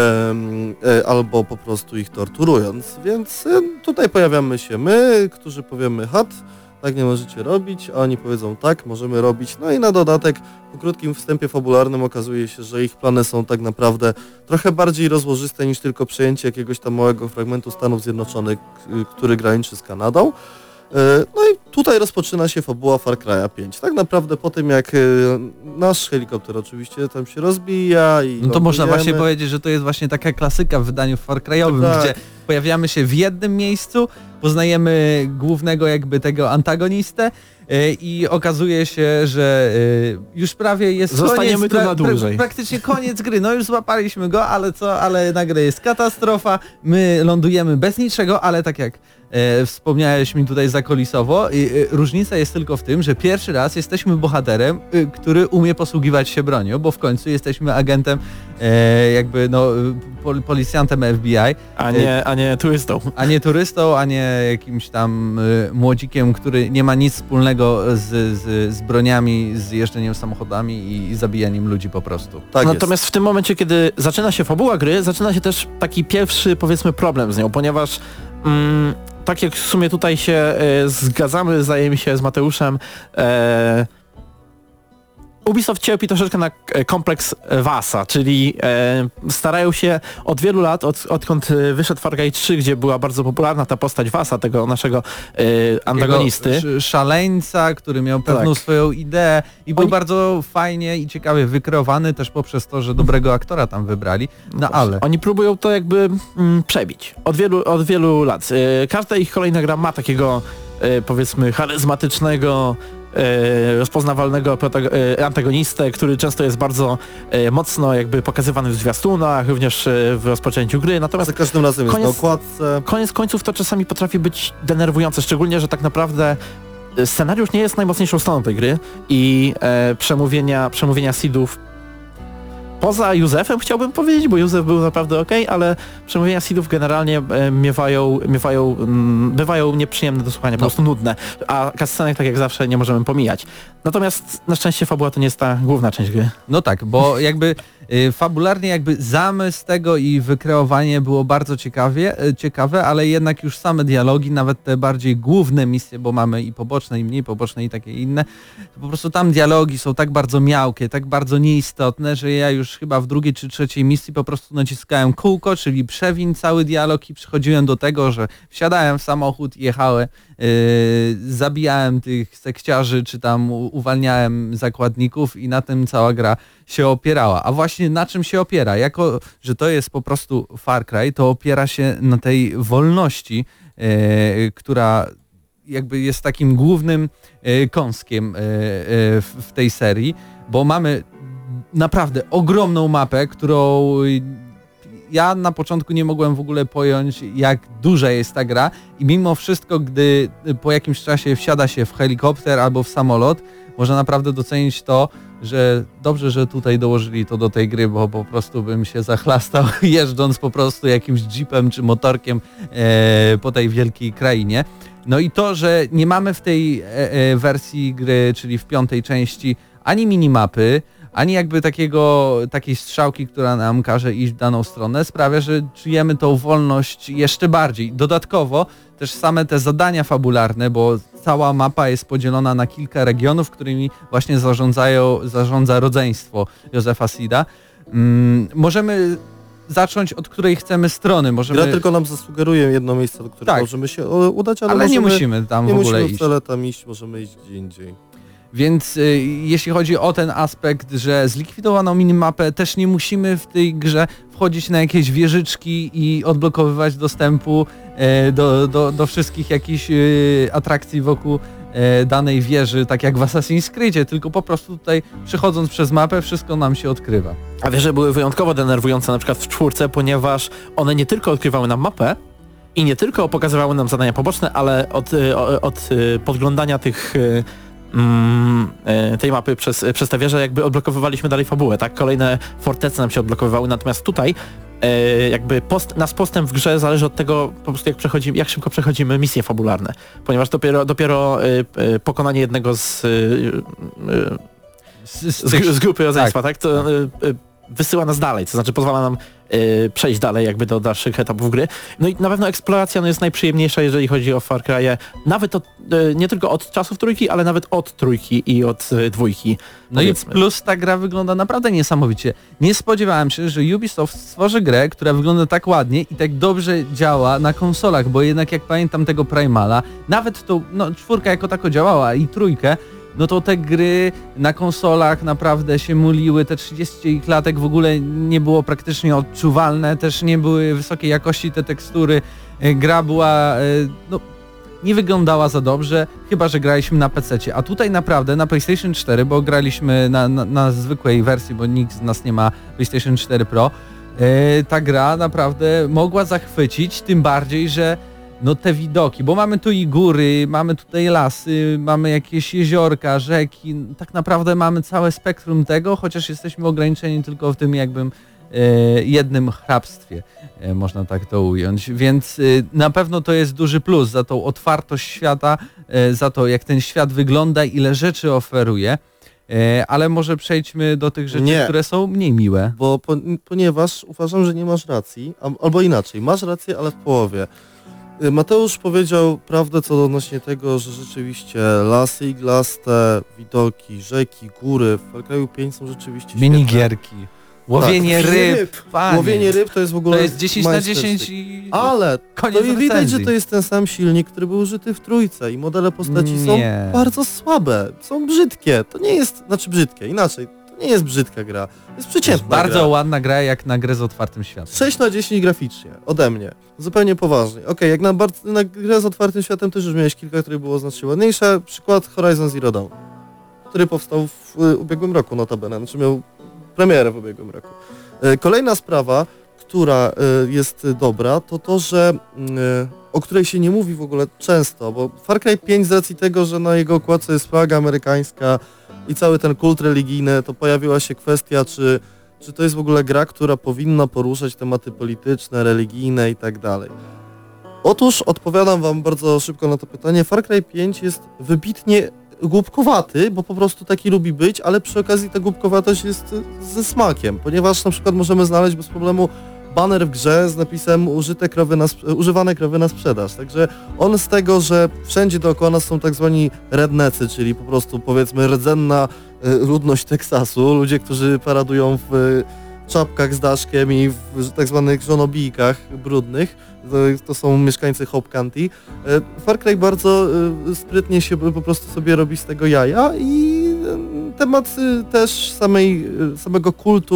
Albo po prostu ich torturując, więc tutaj pojawiamy się my, którzy powiemy tak nie możecie robić, a oni powiedzą tak, możemy robić. No i na dodatek po krótkim wstępie fabularnym okazuje się, że ich plany są tak naprawdę trochę bardziej rozłożyste niż tylko przejęcie jakiegoś tam małego fragmentu Stanów Zjednoczonych, który graniczy z Kanadą. No i tutaj rozpoczyna się fabuła Far Cry'a 5. Tak naprawdę po tym jak nasz helikopter oczywiście tam się rozbija i... No to można właśnie powiedzieć, że to jest właśnie taka klasyka w wydaniu Far Cry'owym, tak, gdzie pojawiamy się w jednym miejscu, poznajemy głównego jakby tego antagonistę i okazuje się, że już prawie jest zostaniemy tu na dłużej. Praktycznie koniec gry. No już złapaliśmy go, ale na grę jest katastrofa. My lądujemy bez niczego, ale tak jak wspomniałeś mi tutaj zakulisowo, różnica jest tylko w tym, że pierwszy raz jesteśmy bohaterem, który umie posługiwać się bronią, bo w końcu jesteśmy agentem jakby no policjantem FBI. A nie turystą. A nie turystą, a nie jakimś tam młodzikiem, który nie ma nic wspólnego z broniami, z jeżdżeniem samochodami i zabijaniem ludzi po prostu. Tak Natomiast w tym momencie, kiedy zaczyna się fabuła gry, zaczyna się też taki pierwszy, powiedzmy, problem z nią, ponieważ tak jak w sumie tutaj się zgadzamy, zdaje mi się, z Mateuszem, Ubisoft cierpi troszeczkę na kompleks Vasa, czyli starają się od wielu lat, odkąd wyszedł Far Cry 3, gdzie była bardzo popularna ta postać Vasa, tego naszego antagonisty. Szaleńca, który miał pewną swoją ideę i był bardzo fajnie i ciekawie wykreowany też poprzez to, że dobrego aktora tam wybrali. No ale... Oni próbują to jakby przebić od wielu lat. Każda ich kolejna gra ma takiego powiedzmy charyzmatycznego, rozpoznawalnego antagonistę, który często jest bardzo mocno jakby pokazywany w zwiastunach, również w rozpoczęciu gry. Natomiast za każdym razem jest na okładce. Koniec końców to czasami potrafi być denerwujące, szczególnie, że tak naprawdę scenariusz nie jest najmocniejszą stroną tej gry i przemówienia Seedów poza Józefem chciałbym powiedzieć, bo Józef był naprawdę okej, ale przemówienia Seedów generalnie bywają nieprzyjemne do słuchania, po prostu nudne, a cutscenek tak jak zawsze nie możemy pomijać. Natomiast na szczęście fabuła to nie jest ta główna część gry. No tak, bo jakby fabularnie jakby zamysł tego i wykreowanie było bardzo ciekawe, ale jednak już same dialogi, nawet te bardziej główne misje, bo mamy i poboczne, i mniej poboczne, i takie inne, to po prostu tam dialogi są tak bardzo miałkie, tak bardzo nieistotne, że ja już chyba w drugiej czy trzeciej misji po prostu naciskałem kółko, czyli przewin cały dialog i przychodziłem do tego, że wsiadałem w samochód, jechałem, zabijałem tych sekciarzy, czy tam uwalniałem zakładników i na tym cała gra się opierała. A właśnie na czym się opiera? Jako, że to jest po prostu Far Cry, to opiera się na tej wolności, która jakby jest takim głównym kąskiem w tej serii, bo mamy naprawdę ogromną mapę, którą ja na początku nie mogłem w ogóle pojąć, jak duża jest ta gra i mimo wszystko, gdy po jakimś czasie wsiada się w helikopter albo w samolot, można naprawdę docenić to, że dobrze, że tutaj dołożyli to do tej gry, bo po prostu bym się zachlastał jeżdżąc po prostu jakimś jeepem czy motorkiem po tej wielkiej krainie. No i to, że nie mamy w tej wersji gry, czyli w 5. części, ani minimapy, ani jakby takiej strzałki, która nam każe iść w daną stronę, sprawia, że czujemy tą wolność jeszcze bardziej. Dodatkowo też same te zadania fabularne, bo cała mapa jest podzielona na kilka regionów, którymi właśnie zarządza rodzeństwo Józefa Seeda. Możemy zacząć od której chcemy strony. Gra tylko nam zasugeruje jedno miejsce, do którego możemy się udać, ale nie musimy tam w ogóle iść. Nie musimy wcale tam iść, możemy iść gdzie indziej. Więc jeśli chodzi o ten aspekt, że zlikwidowano minimapę, też nie musimy w tej grze wchodzić na jakieś wieżyczki i odblokowywać dostępu do wszystkich jakichś atrakcji wokół danej wieży, tak jak w Assassin's Creedzie, tylko po prostu tutaj przechodząc przez mapę wszystko nam się odkrywa. A wieże były wyjątkowo denerwujące na przykład w 4, ponieważ one nie tylko odkrywały nam mapę i nie tylko pokazywały nam zadania poboczne, ale od podglądania tej mapy przez tę wieżę jakby odblokowywaliśmy dalej fabułę, tak? Kolejne fortece nam się odblokowywały, natomiast tutaj jakby nasz postęp w grze zależy od tego po prostu jak szybko przechodzimy misje fabularne, ponieważ dopiero pokonanie jednego z grupy rodzeństwa, tak? To wysyła nas dalej, to znaczy pozwala nam przejść dalej jakby do dalszych etapów gry. No i na pewno eksploracja jest najprzyjemniejsza, jeżeli chodzi o Far Cry'e, nawet nie tylko od czasów 3, ale nawet od 3 i od 2. No i plus ta gra wygląda naprawdę niesamowicie. Nie spodziewałem się, że Ubisoft stworzy grę, która wygląda tak ładnie i tak dobrze działa na konsolach, bo jednak jak pamiętam tego Primala, nawet to 4 jako tako działała i 3, no to te gry na konsolach naprawdę się muliły, te 30 klatek w ogóle nie było praktycznie odczuwalne, też nie były wysokiej jakości te tekstury, gra była, nie wyglądała za dobrze, chyba że graliśmy na PC-cie, a tutaj naprawdę na PlayStation 4, bo graliśmy na zwykłej wersji, bo nikt z nas nie ma PlayStation 4 Pro, ta gra naprawdę mogła zachwycić, tym bardziej, że te widoki, bo mamy tu i góry, mamy tutaj lasy, mamy jakieś jeziorka, rzeki, tak naprawdę mamy całe spektrum tego, chociaż jesteśmy ograniczeni tylko w tym jednym hrabstwie, można tak to ująć, więc na pewno to jest duży plus za tą otwartość świata, za to jak ten świat wygląda, ile rzeczy oferuje, ale może przejdźmy do tych rzeczy, które są mniej miłe. Ponieważ uważam, że nie masz racji, albo inaczej, masz rację, ale w połowie. Mateusz powiedział prawdę co do odnośnie tego, że rzeczywiście lasy iglaste, widoki, rzeki, góry w Far Cry'u 5 są rzeczywiście świetne. Minigierki, łowienie ryb. Łowienie ryb to jest w ogóle... To jest 10 na 10 i... Ale to widać, że to jest ten sam silnik, który był użyty w 3 i modele postaci są bardzo słabe, są brzydkie. To nie jest, brzydkie, inaczej. To nie jest brzydka gra, to jest przeciętna gra. Bardzo ładna gra jak na grę z otwartym światem. 6 na 10 graficznie, ode mnie. Zupełnie poważnie. Okej, jak na grę z otwartym światem też już miałeś kilka, które było znacznie ładniejsze. Przykład Horizon Zero Dawn, który powstał w ubiegłym roku notabene, miał premierę w ubiegłym roku. Kolejna sprawa, która jest dobra, to to, że o której się nie mówi w ogóle często, bo Far Cry 5 z racji tego, że na jego okładce jest flaga amerykańska i cały ten kult religijny, to pojawiła się kwestia, czy to jest w ogóle gra, która powinna poruszać tematy polityczne, religijne i tak dalej. Otóż odpowiadam wam bardzo szybko na to pytanie. Far Cry 5 jest wybitnie głupkowaty, bo po prostu taki lubi być, ale przy okazji ta głupkowatość jest ze smakiem, ponieważ na przykład możemy znaleźć bez problemu baner w grze z napisem używane krowy na sprzedaż. Także on z tego, że wszędzie dookoła nas są tak zwani rednecy, czyli po prostu powiedzmy rdzenna ludność Teksasu, ludzie, którzy paradują w czapkach z daszkiem i w tak zwanych żonobijkach brudnych. To są mieszkańcy Hope County. Far Cry bardzo sprytnie się po prostu sobie robi z tego jaja i temat też samego kultu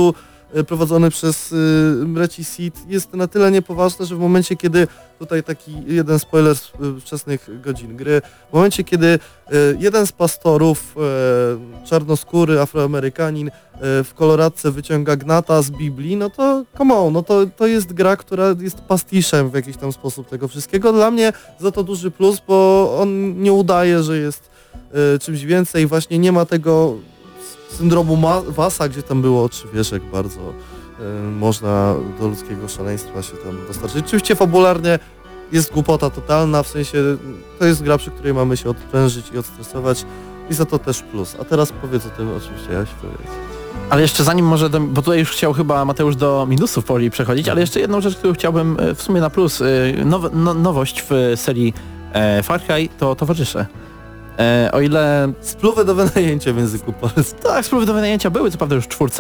prowadzony przez braci Seed jest na tyle niepoważny, że w momencie, kiedy tutaj taki jeden spoiler z wczesnych godzin gry, w momencie, kiedy jeden z pastorów, czarnoskóry Afroamerykanin w koloradce wyciąga gnata z Biblii, no to come on, no to jest gra, która jest pastiszem w jakiś tam sposób tego wszystkiego. Dla mnie za to duży plus, bo on nie udaje, że jest czymś więcej, właśnie nie ma tego syndromu Wasa, gdzie tam było oczywiście bardzo można do ludzkiego szaleństwa się tam dostarczyć. Oczywiście fabularnie jest głupota totalna, w sensie to jest gra, przy której mamy się odprężyć i odstresować i za to też plus. A teraz powiedz o tym oczywiście, ja się powiedzieć. Ale jeszcze zanim może, bo tutaj już chciał chyba Mateusz do minusów powoli przechodzić, ale jeszcze jedną rzecz, którą chciałbym w sumie na plus, nowość w serii Far Cry to towarzysze. O ile... Spluwy do wynajęcia w języku polskim. Tak, spluwy do wynajęcia były co prawda już w 4,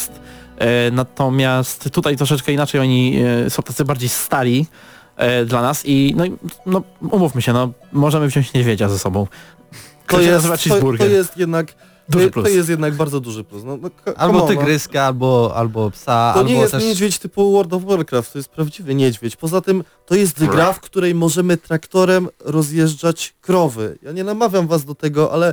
natomiast tutaj troszeczkę inaczej oni są tacy bardziej stali dla nas i no umówmy się, no możemy wziąć niedźwiedzia ze sobą. To jest jednak duży plus. To jest jednak bardzo duży plus. Albo tygryska, albo psa, to albo nie jest też... niedźwiedź typu World of Warcraft, to jest prawdziwy niedźwiedź. Poza tym to jest gra, w której możemy traktorem rozjeżdżać krowy. Ja nie namawiam was do tego, ale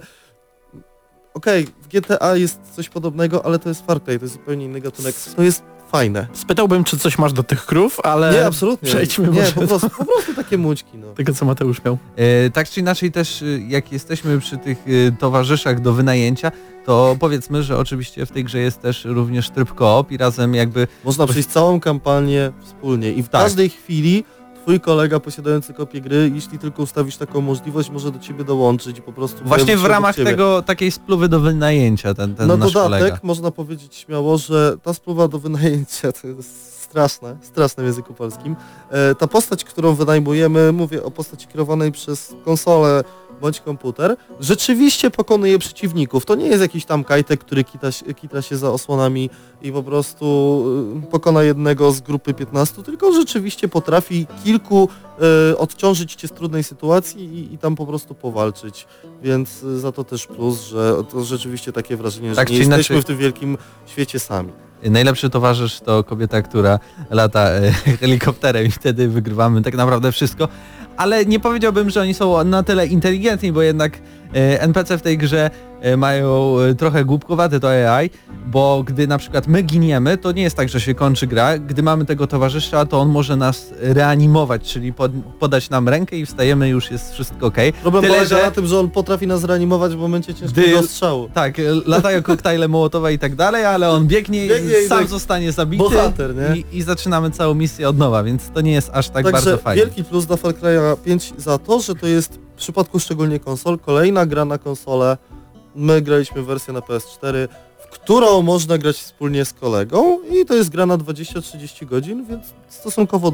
okej, w GTA jest coś podobnego, ale to jest Far Cry, to jest zupełnie inny gatunek. To jest fajne. Spytałbym, czy coś masz do tych krów, ale... Nie, absolutnie. Przejdźmy nie, może po prostu takie mućki. No. tego, co Mateusz miał. Tak czy inaczej też, jak jesteśmy przy tych towarzyszach do wynajęcia, to powiedzmy, że oczywiście w tej grze jest też również tryb koop i razem jakby... Można przejść całą kampanię wspólnie i w każdej chwili twój kolega posiadający kopię gry, jeśli tylko ustawisz taką możliwość, może do ciebie dołączyć i po prostu... Właśnie w ramach takiej spluwy do wynajęcia ten no nasz dodatek, kolega. można powiedzieć śmiało, że ta spluwa do wynajęcia to jest straszne w języku polskim. Ta postać, którą wynajmujemy, mówię o postaci kierowanej przez konsolę bądź komputer, rzeczywiście pokonuje przeciwników. To nie jest jakiś tam kajtek, który kita się za osłonami i po prostu pokona jednego z grupy 15, tylko rzeczywiście potrafi kilku odciążyć cię z trudnej sytuacji i tam po prostu powalczyć. Więc za to też plus, że to rzeczywiście takie wrażenie, tak że nie jesteśmy w tym wielkim świecie sami. Najlepszy towarzysz to kobieta, która lata helikopterem i wtedy wygrywamy tak naprawdę wszystko. Ale nie powiedziałbym, że oni są na tyle inteligentni, bo jednak NPC w tej grze mają trochę głupkowate to AI, bo gdy na przykład my giniemy, to nie jest tak, że się kończy gra. Gdy mamy tego towarzysza, to on może nas reanimować, czyli podać nam rękę i wstajemy, już jest wszystko okej. Problem polega na tym, że on potrafi nas reanimować w momencie ciężkiego strzału. Tak, latają koktajle Mołotowa i tak dalej, ale on biegnie i sam tak zostanie zabity. Bohater, nie? I zaczynamy całą misję od nowa, więc to nie jest aż tak bardzo fajne. Wielki plus dla Far Cry'a 5 za to, że to jest w przypadku szczególnie konsol kolejna gra na konsolę. My graliśmy wersję na PS4, w którą można grać wspólnie z kolegą i to jest gra na 20-30 godzin, więc stosunkowo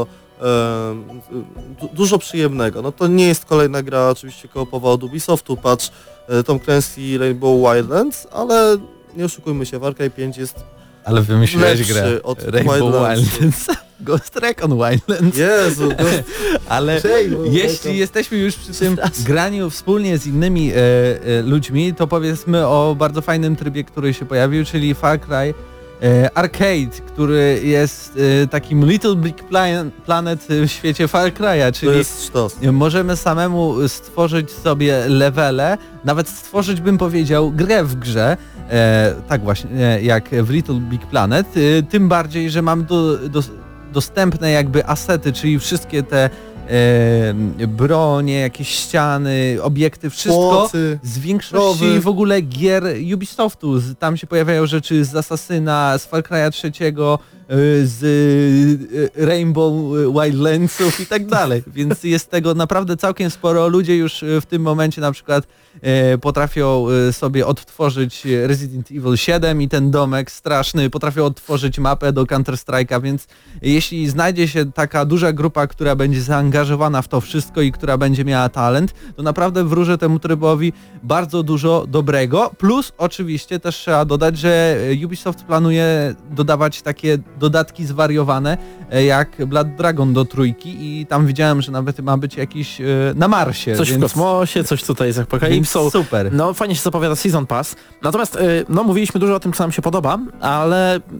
dużo przyjemnego. No to nie jest kolejna gra oczywiście koopowa od Ubisoftu, patrz Tom Clancy Rainbow Wildlands, ale nie oszukujmy się, Far Cry 5 jest ale wymyśliłeś grę od Rainbow Wildlands. Ghost Recon Wildlands. Jezu, ale jeśli jesteśmy już przy tym graniu wspólnie z innymi ludźmi, to powiedzmy o bardzo fajnym trybie, który się pojawił, czyli Far Cry Arcade, który jest takim Little Big Planet w świecie Far Cry'a, czyli to jest sztos. Możemy samemu stworzyć sobie levele, nawet stworzyć, bym powiedział, grę w grze, tak właśnie jak w Little Big Planet, tym bardziej, że mam dostępne jakby asety, czyli wszystkie te bronie, jakieś ściany, obiekty, wszystko Płoty, z większości w ogóle gier Ubisoftu. Tam się pojawiają rzeczy z Assassina, z Far Cry'a 3, z Rainbow Wildlandsów i tak dalej. Więc jest tego naprawdę całkiem sporo. Ludzie już w tym momencie na przykład potrafią sobie odtworzyć Resident Evil 7 i ten domek straszny, potrafią odtworzyć mapę do Counter-Strike'a, więc jeśli znajdzie się taka duża grupa, która będzie zaangażowana w to wszystko i która będzie miała talent, to naprawdę wróżę temu trybowi bardzo dużo dobrego. Plus oczywiście też trzeba dodać, że Ubisoft planuje dodawać takie dodatki zwariowane jak Blood Dragon do 3 i tam widziałem, że nawet ma być jakiś na Marsie. Coś w kosmosie, coś tutaj z Apokalipsą. Super. No fajnie się zapowiada Season Pass. Natomiast no mówiliśmy dużo o tym, co nam się podoba, ale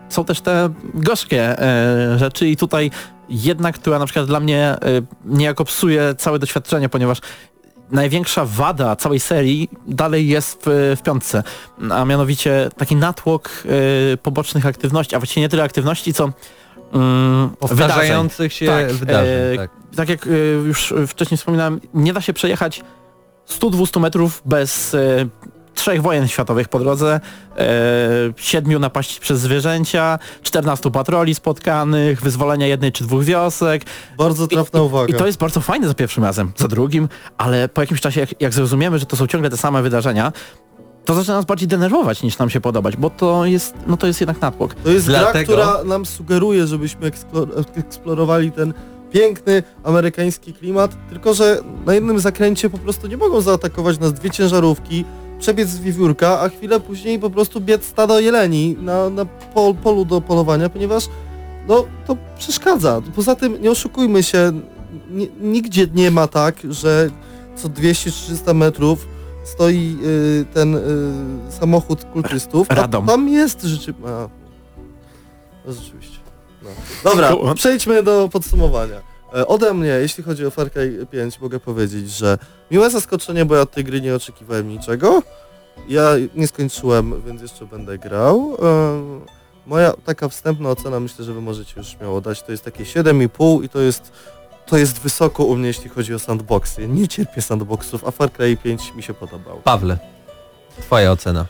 są też te gorzkie rzeczy i tutaj jedna, która na przykład dla mnie niejako psuje całe doświadczenie, ponieważ największa wada całej serii dalej jest w piątce, a mianowicie taki natłok pobocznych aktywności, a właściwie nie tyle aktywności, co powtarzających się wydarzeń. Tak jak już wcześniej wspominałem, nie da się przejechać 100-200 metrów bez 3 wojen światowych po drodze, 7 napaści przez zwierzęcia, 14 patroli spotkanych, wyzwolenia 1 czy 2 wiosek. Bardzo trafna uwaga. I to jest bardzo fajne za pierwszym razem, za drugim, ale po jakimś czasie, jak zrozumiemy, że to są ciągle te same wydarzenia, to zaczyna nas bardziej denerwować niż nam się podobać, bo to jest jednak natłok. To jest gra, która nam sugeruje, żebyśmy eksplorowali ten piękny amerykański klimat, tylko że na jednym zakręcie po prostu nie mogą zaatakować nas 2 ciężarówki, przebiec z wiewiórka, a chwilę później po prostu biec stado jeleni na polu do polowania, ponieważ no to przeszkadza. Poza tym nie oszukujmy się, nigdzie nie ma tak, że co 200-300 metrów stoi ten samochód kultystów. Radom. Tam jest rzeczywiście. No. Dobra, przejdźmy do podsumowania. Ode mnie, jeśli chodzi o Far Cry 5, mogę powiedzieć, że miłe zaskoczenie, bo ja od tej gry nie oczekiwałem niczego. Ja nie skończyłem, więc jeszcze będę grał. Moja taka wstępna ocena, myślę, że wy możecie już śmiało dać, to jest takie 7,5 i to jest wysoko u mnie, jeśli chodzi o sandboxy. Ja nie cierpię sandboxów, a Far Cry 5 mi się podobał. Pawle, twoja ocena.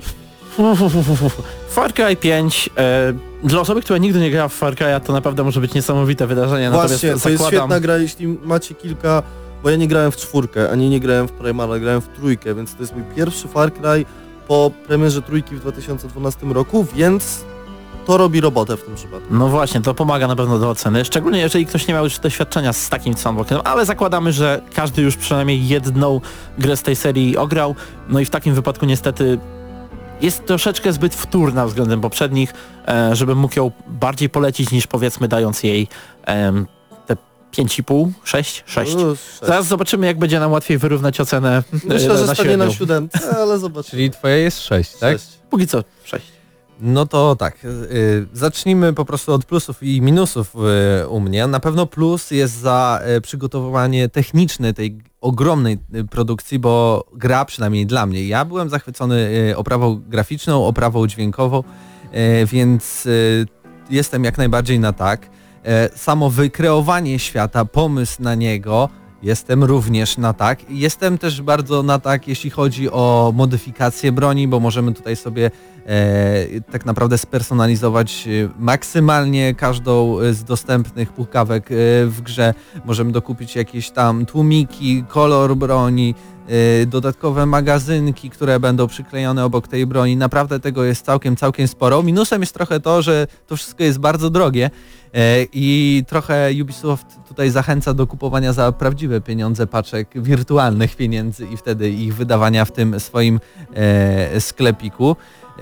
Far Cry 5 dla osoby, która nigdy nie grała w Far Cry'a, to naprawdę może być niesamowite wydarzenie. Właśnie, to jest świetna gra, jeśli macie kilka, bo ja nie grałem w 4, ani nie grałem w Primala, grałem w 3, więc to jest mój pierwszy Far Cry po premierze 3 w 2012 roku, więc to robi robotę w tym przypadku. No właśnie, to pomaga na pewno do oceny, szczególnie jeżeli ktoś nie miał już doświadczenia z takim sandboxem, ale zakładamy, że każdy już przynajmniej jedną grę z tej serii ograł, no i w takim wypadku niestety jest troszeczkę zbyt wtórna względem poprzednich, żebym mógł ją bardziej polecić niż powiedzmy dając jej te 5,5, 6. Zaraz zobaczymy, jak będzie nam łatwiej wyrównać ocenę. Myślę, że stanie na 7, ale zobaczymy. Czyli twoje jest 6, tak? 6. Póki co 6. No to tak, zacznijmy po prostu od plusów i minusów u mnie. Na pewno plus jest za przygotowanie techniczne tej ogromnej produkcji, bo gra przynajmniej dla mnie. Ja byłem zachwycony oprawą graficzną, oprawą dźwiękową, więc jestem jak najbardziej na tak. Samo wykreowanie świata, pomysł na niego, jestem również na tak. Jestem też bardzo na tak, jeśli chodzi o modyfikację broni, bo możemy tutaj sobie tak naprawdę spersonalizować maksymalnie każdą z dostępnych pukawek w grze. Możemy dokupić jakieś tam tłumiki, kolor broni, dodatkowe magazynki, które będą przyklejone obok tej broni. Naprawdę tego jest całkiem sporo. Minusem jest trochę to, że to wszystko jest bardzo drogie i trochę Ubisoft tutaj zachęca do kupowania za prawdziwe pieniądze paczek wirtualnych pieniędzy i wtedy ich wydawania w tym swoim sklepiku.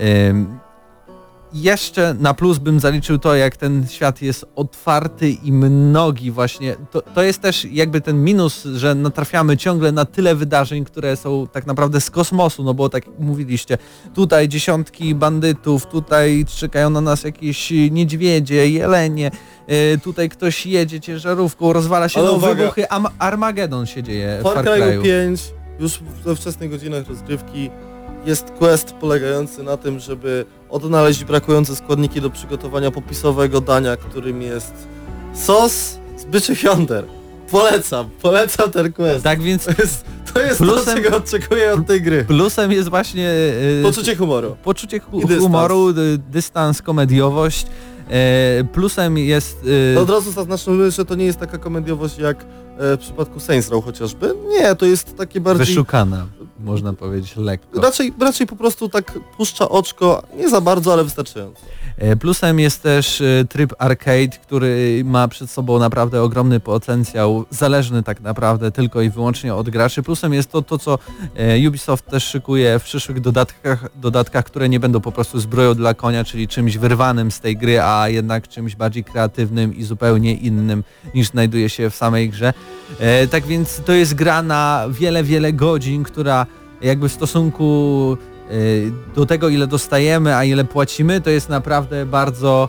Jeszcze na plus bym zaliczył to, jak ten świat jest otwarty i mnogi właśnie. To jest też jakby ten minus, że natrafiamy ciągle na tyle wydarzeń, które są tak naprawdę z kosmosu, no bo tak jak mówiliście, tutaj dziesiątki bandytów, tutaj czekają na nas jakieś niedźwiedzie, jelenie, tutaj ktoś jedzie ciężarówką, rozwala się wybuchy, Armagedon się dzieje w Far Cry'u. 5 już we wczesnych godzinach rozgrywki jest quest polegający na tym, żeby odnaleźć brakujące składniki do przygotowania popisowego dania, którym jest sos z byczych jąder. Polecam ten quest. Tak więc to jest plusem, to, czego oczekuję od tej gry. Plusem jest właśnie poczucie humoru. Humoru, dystans, komediowość. Plusem jest... To od razu zaznaczmy, że to nie jest taka komediowość jak w przypadku Saints Row chociażby. Nie, to jest takie bardziej... Wyszukana, można powiedzieć, lekko. Raczej po prostu tak puszcza oczko, nie za bardzo, ale wystarczająco. Plusem jest też tryb arcade, który ma przed sobą naprawdę ogromny potencjał, zależny tak naprawdę tylko i wyłącznie od graczy. Plusem jest to, co Ubisoft też szykuje w przyszłych dodatkach, które nie będą po prostu zbroją dla konia, czyli czymś wyrwanym z tej gry, a jednak czymś bardziej kreatywnym i zupełnie innym niż znajduje się w samej grze. Tak więc to jest gra na wiele godzin, która jakby w stosunku do tego ile dostajemy, a ile płacimy, to jest naprawdę bardzo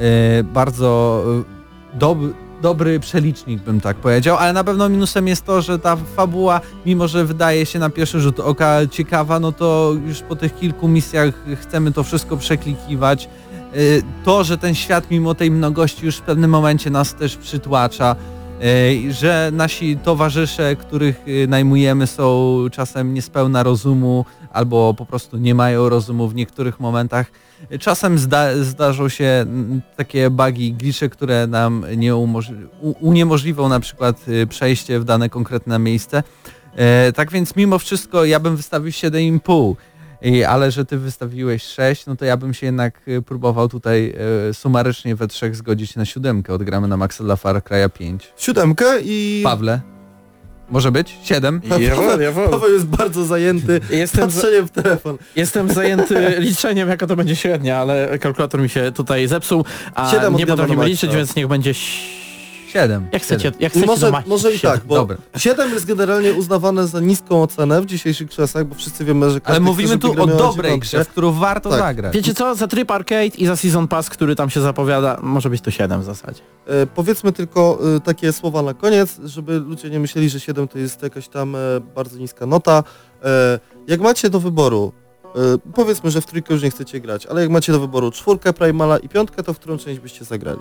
dobry przelicznik, bym tak powiedział, ale na pewno minusem jest to, że ta fabuła, mimo że wydaje się na pierwszy rzut oka ciekawa, no to już po tych kilku misjach chcemy to wszystko przeklikiwać. To, że ten świat mimo tej mnogości już w pewnym momencie nas też przytłacza, że nasi towarzysze, których najmujemy, są czasem niespełna rozumu albo po prostu nie mają rozumu w niektórych momentach. Czasem zdarzą się takie bugi, glitche, które nam uniemożliwią na przykład przejście w dane konkretne miejsce. Tak więc mimo wszystko ja bym wystawił 7,5. Ale że ty wystawiłeś 6, no to ja bym się jednak próbował tutaj sumarycznie we 3 zgodzić na 7. Odgramy na maksa dla Far Cry'a 5. 7 i... Pawle? Może być? 7? Paweł jest bardzo zajęty patrzeniem w telefon. Jestem zajęty liczeniem, jaka to będzie średnia, ale kalkulator mi się tutaj zepsuł, a 7 nie potrafimy od liczyć, więc niech będzie 7. Jak chcecie, może i tak, bo Dobra. 7 jest generalnie uznawane za niską ocenę w dzisiejszych czasach, bo wszyscy wiemy, że Ale mówimy tu o dobrej 9. grze, w którą warto zagrać. Wiecie co, za tryb arcade i za season pass, który tam się zapowiada, może być to 7 w zasadzie. Powiedzmy tylko takie słowa na koniec, żeby ludzie nie myśleli, że 7 to jest jakaś tam bardzo niska nota. Jak macie do wyboru, powiedzmy, że w 3 już nie chcecie grać, ale jak macie do wyboru 4 Primala i 5, to w którą część byście zagrali?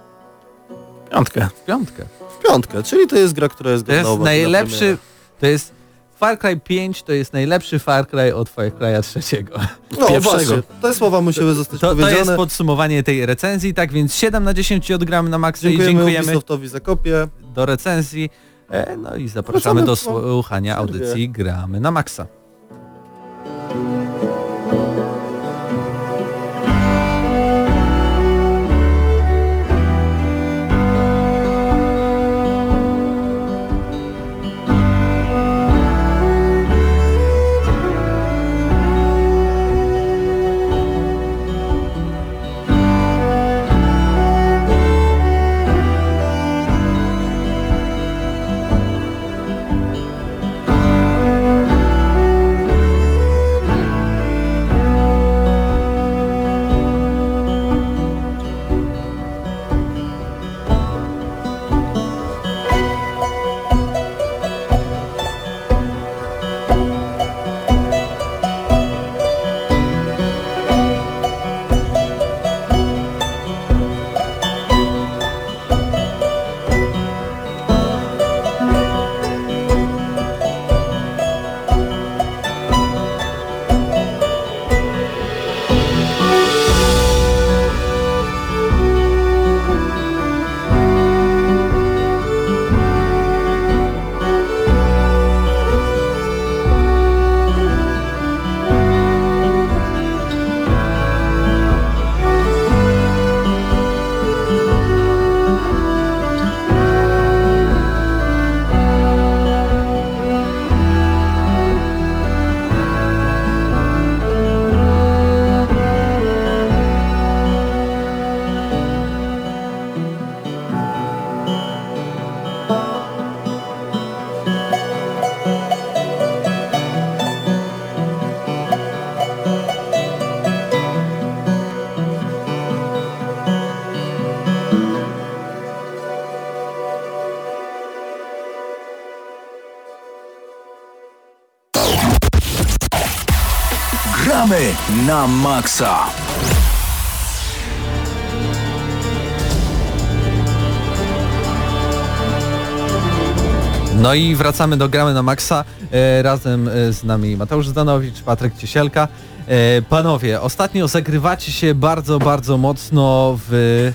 5. W 5, czyli to jest gra, która jest To jest gotowa. najlepszy, to jest Far Cry 5 to jest najlepszy Far Cry od Far Cry'a 3. No pierwszego. właśnie, te słowa musiały zostać To powiedziane. jest podsumowanie tej recenzji, tak więc 7 na 10 odgramy na maksa i Dziękujemy dziękujemy Ubisoftowi za kopię. do recenzji. No i zapraszamy do Wracamy po słuchania przerwie. audycji Gramy na maksa. Gramy na maksa. No i wracamy do Gramy na maksa. Razem z nami Mateusz Zdanowicz, Patryk Ciesielka. Panowie, ostatnio zagrywacie się bardzo, bardzo mocno w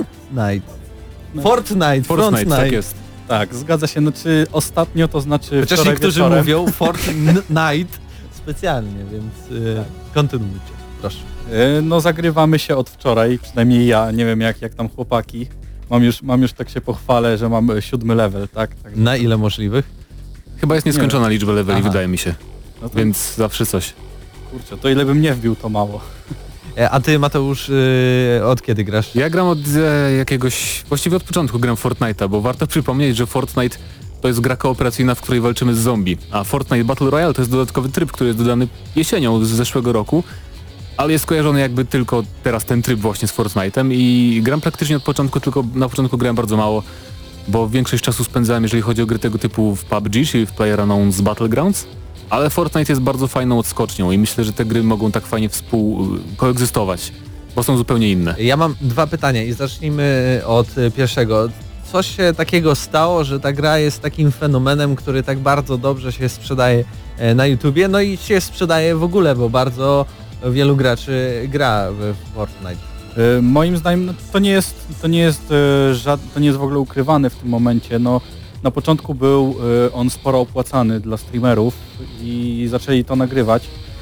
Fortnite. Tak jest. Tak, zgadza się. Znaczy ostatnio to znaczy Chociaż wczoraj niektórzy wieczorem. mówią Fortnite specjalnie, więc kontynuujcie, proszę. No zagrywamy się od wczoraj, przynajmniej ja, nie wiem jak tam chłopaki. Mam już tak się pochwalę, że mam 7 level, tak? Także, Na ile możliwych? Chyba jest nieskończona liczba leveli, Aha. wydaje mi się. no to, Więc zawsze coś. kurczę, to ile bym nie wbił, to mało. A ty, Mateusz, od kiedy grasz? Ja gram od jakiegoś, właściwie od początku gram w Fortnite'a, bo warto przypomnieć, że Fortnite to jest gra kooperacyjna, w której walczymy z zombie, a Fortnite Battle Royale to jest dodatkowy tryb, który jest dodany jesienią z zeszłego roku, ale jest kojarzony jakby tylko teraz ten tryb właśnie z Fortnite'em i gram praktycznie od początku, tylko na początku grałem bardzo mało, bo większość czasu spędzałem, jeżeli chodzi o gry tego typu w PUBG, czyli w PlayerUnknown's Battlegrounds, ale Fortnite jest bardzo fajną odskocznią i myślę, że te gry mogą tak fajnie koegzystować, bo są zupełnie inne. Ja mam 2 pytania i zacznijmy od pierwszego. Co się takiego stało, że ta gra jest takim fenomenem, który tak bardzo dobrze się sprzedaje na YouTubie, no i się sprzedaje w ogóle, bo bardzo wielu graczy gra w Fortnite. Moim zdaniem to nie jest w ogóle ukrywane w tym momencie. No, na początku był on sporo opłacany dla streamerów i zaczęli to nagrywać.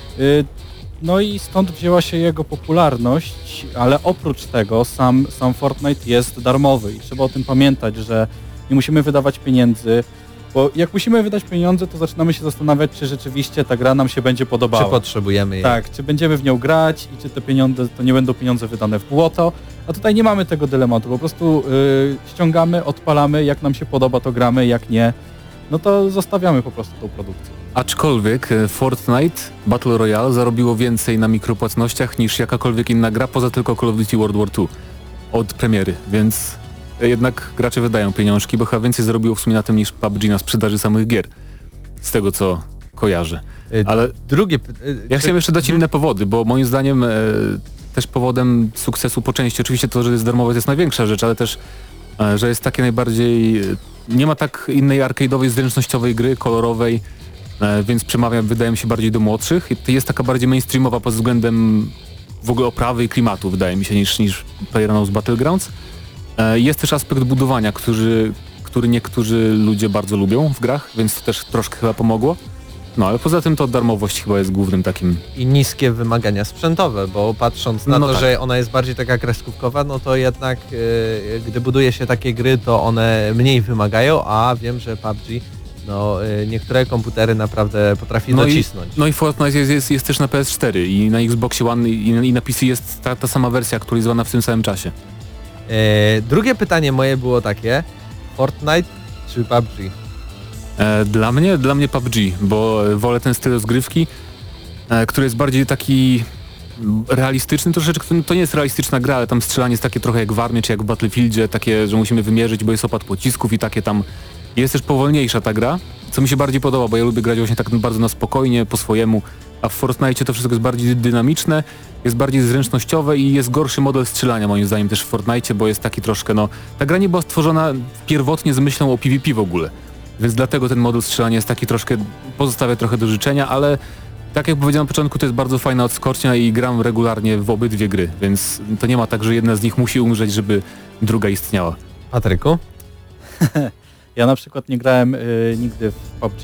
No i stąd wzięła się jego popularność, ale oprócz tego sam Fortnite jest darmowy i trzeba o tym pamiętać, że nie musimy wydawać pieniędzy, bo jak musimy wydać pieniądze, to zaczynamy się zastanawiać, czy rzeczywiście ta gra nam się będzie podobała. Czy potrzebujemy jej? Tak, czy będziemy w nią grać i czy te pieniądze to nie będą pieniądze wydane w błoto, a tutaj nie mamy tego dylematu, po prostu ściągamy, odpalamy, jak nam się podoba to gramy, jak nie, no to zostawiamy po prostu tą produkcję. Aczkolwiek Fortnite Battle Royale zarobiło więcej na mikropłatnościach niż jakakolwiek inna gra, poza tylko Call of Duty World War II od premiery, więc jednak gracze wydają pieniążki, bo chyba więcej zarobiło w sumie na tym niż PUBG na sprzedaży samych gier, z tego co kojarzę. Ale ja chciałem jeszcze dać inne powody, bo moim zdaniem też powodem sukcesu po części, oczywiście to, że jest darmowe, to jest największa rzecz, ale też, że jest takie najbardziej, nie ma tak innej arcade'owej, zręcznościowej gry, kolorowej, więc przemawia, wydaje mi się, bardziej do młodszych. Jest taka bardziej mainstreamowa pod względem w ogóle oprawy i klimatu, wydaje mi się, niż PlayerUnknown's Battlegrounds. Jest też aspekt budowania, który niektórzy ludzie bardzo lubią w grach, więc to też troszkę chyba pomogło. No ale poza tym to darmowość chyba jest głównym takim... I niskie wymagania sprzętowe, bo patrząc na to, tak, że ona jest bardziej taka kreskówkowa, no to jednak gdy buduje się takie gry, to one mniej wymagają, a wiem, że PUBG, no niektóre komputery naprawdę potrafi docisnąć. No i Fortnite jest też na PS4 i na Xboxie One i na PC jest ta sama wersja aktualizowana w tym samym czasie. Drugie pytanie moje było takie, Fortnite czy PUBG? Dla mnie PUBG, bo wolę ten styl rozgrywki, który jest bardziej taki realistyczny troszeczkę. To nie jest realistyczna gra, ale tam strzelanie jest takie trochę jak w Armie czy jak w Battlefieldzie, takie, że musimy wymierzyć, bo jest opad pocisków i takie tam. Jest też powolniejsza ta gra, co mi się bardziej podoba, bo ja lubię grać właśnie tak bardzo na spokojnie, po swojemu, a w Fortnite to wszystko jest bardziej dynamiczne, jest bardziej zręcznościowe i jest gorszy model strzelania moim zdaniem też w Fortnite, bo jest taki troszkę, no, ta gra nie była stworzona pierwotnie z myślą o PvP w ogóle. Więc dlatego ten model strzelania jest taki troszkę, pozostawia trochę do życzenia, ale tak jak powiedziałem na początku, to jest bardzo fajna odskocznia i gram regularnie w obydwie gry, więc to nie ma tak, że jedna z nich musi umrzeć, żeby druga istniała. Patryku? Ja na przykład nie grałem nigdy w PUBG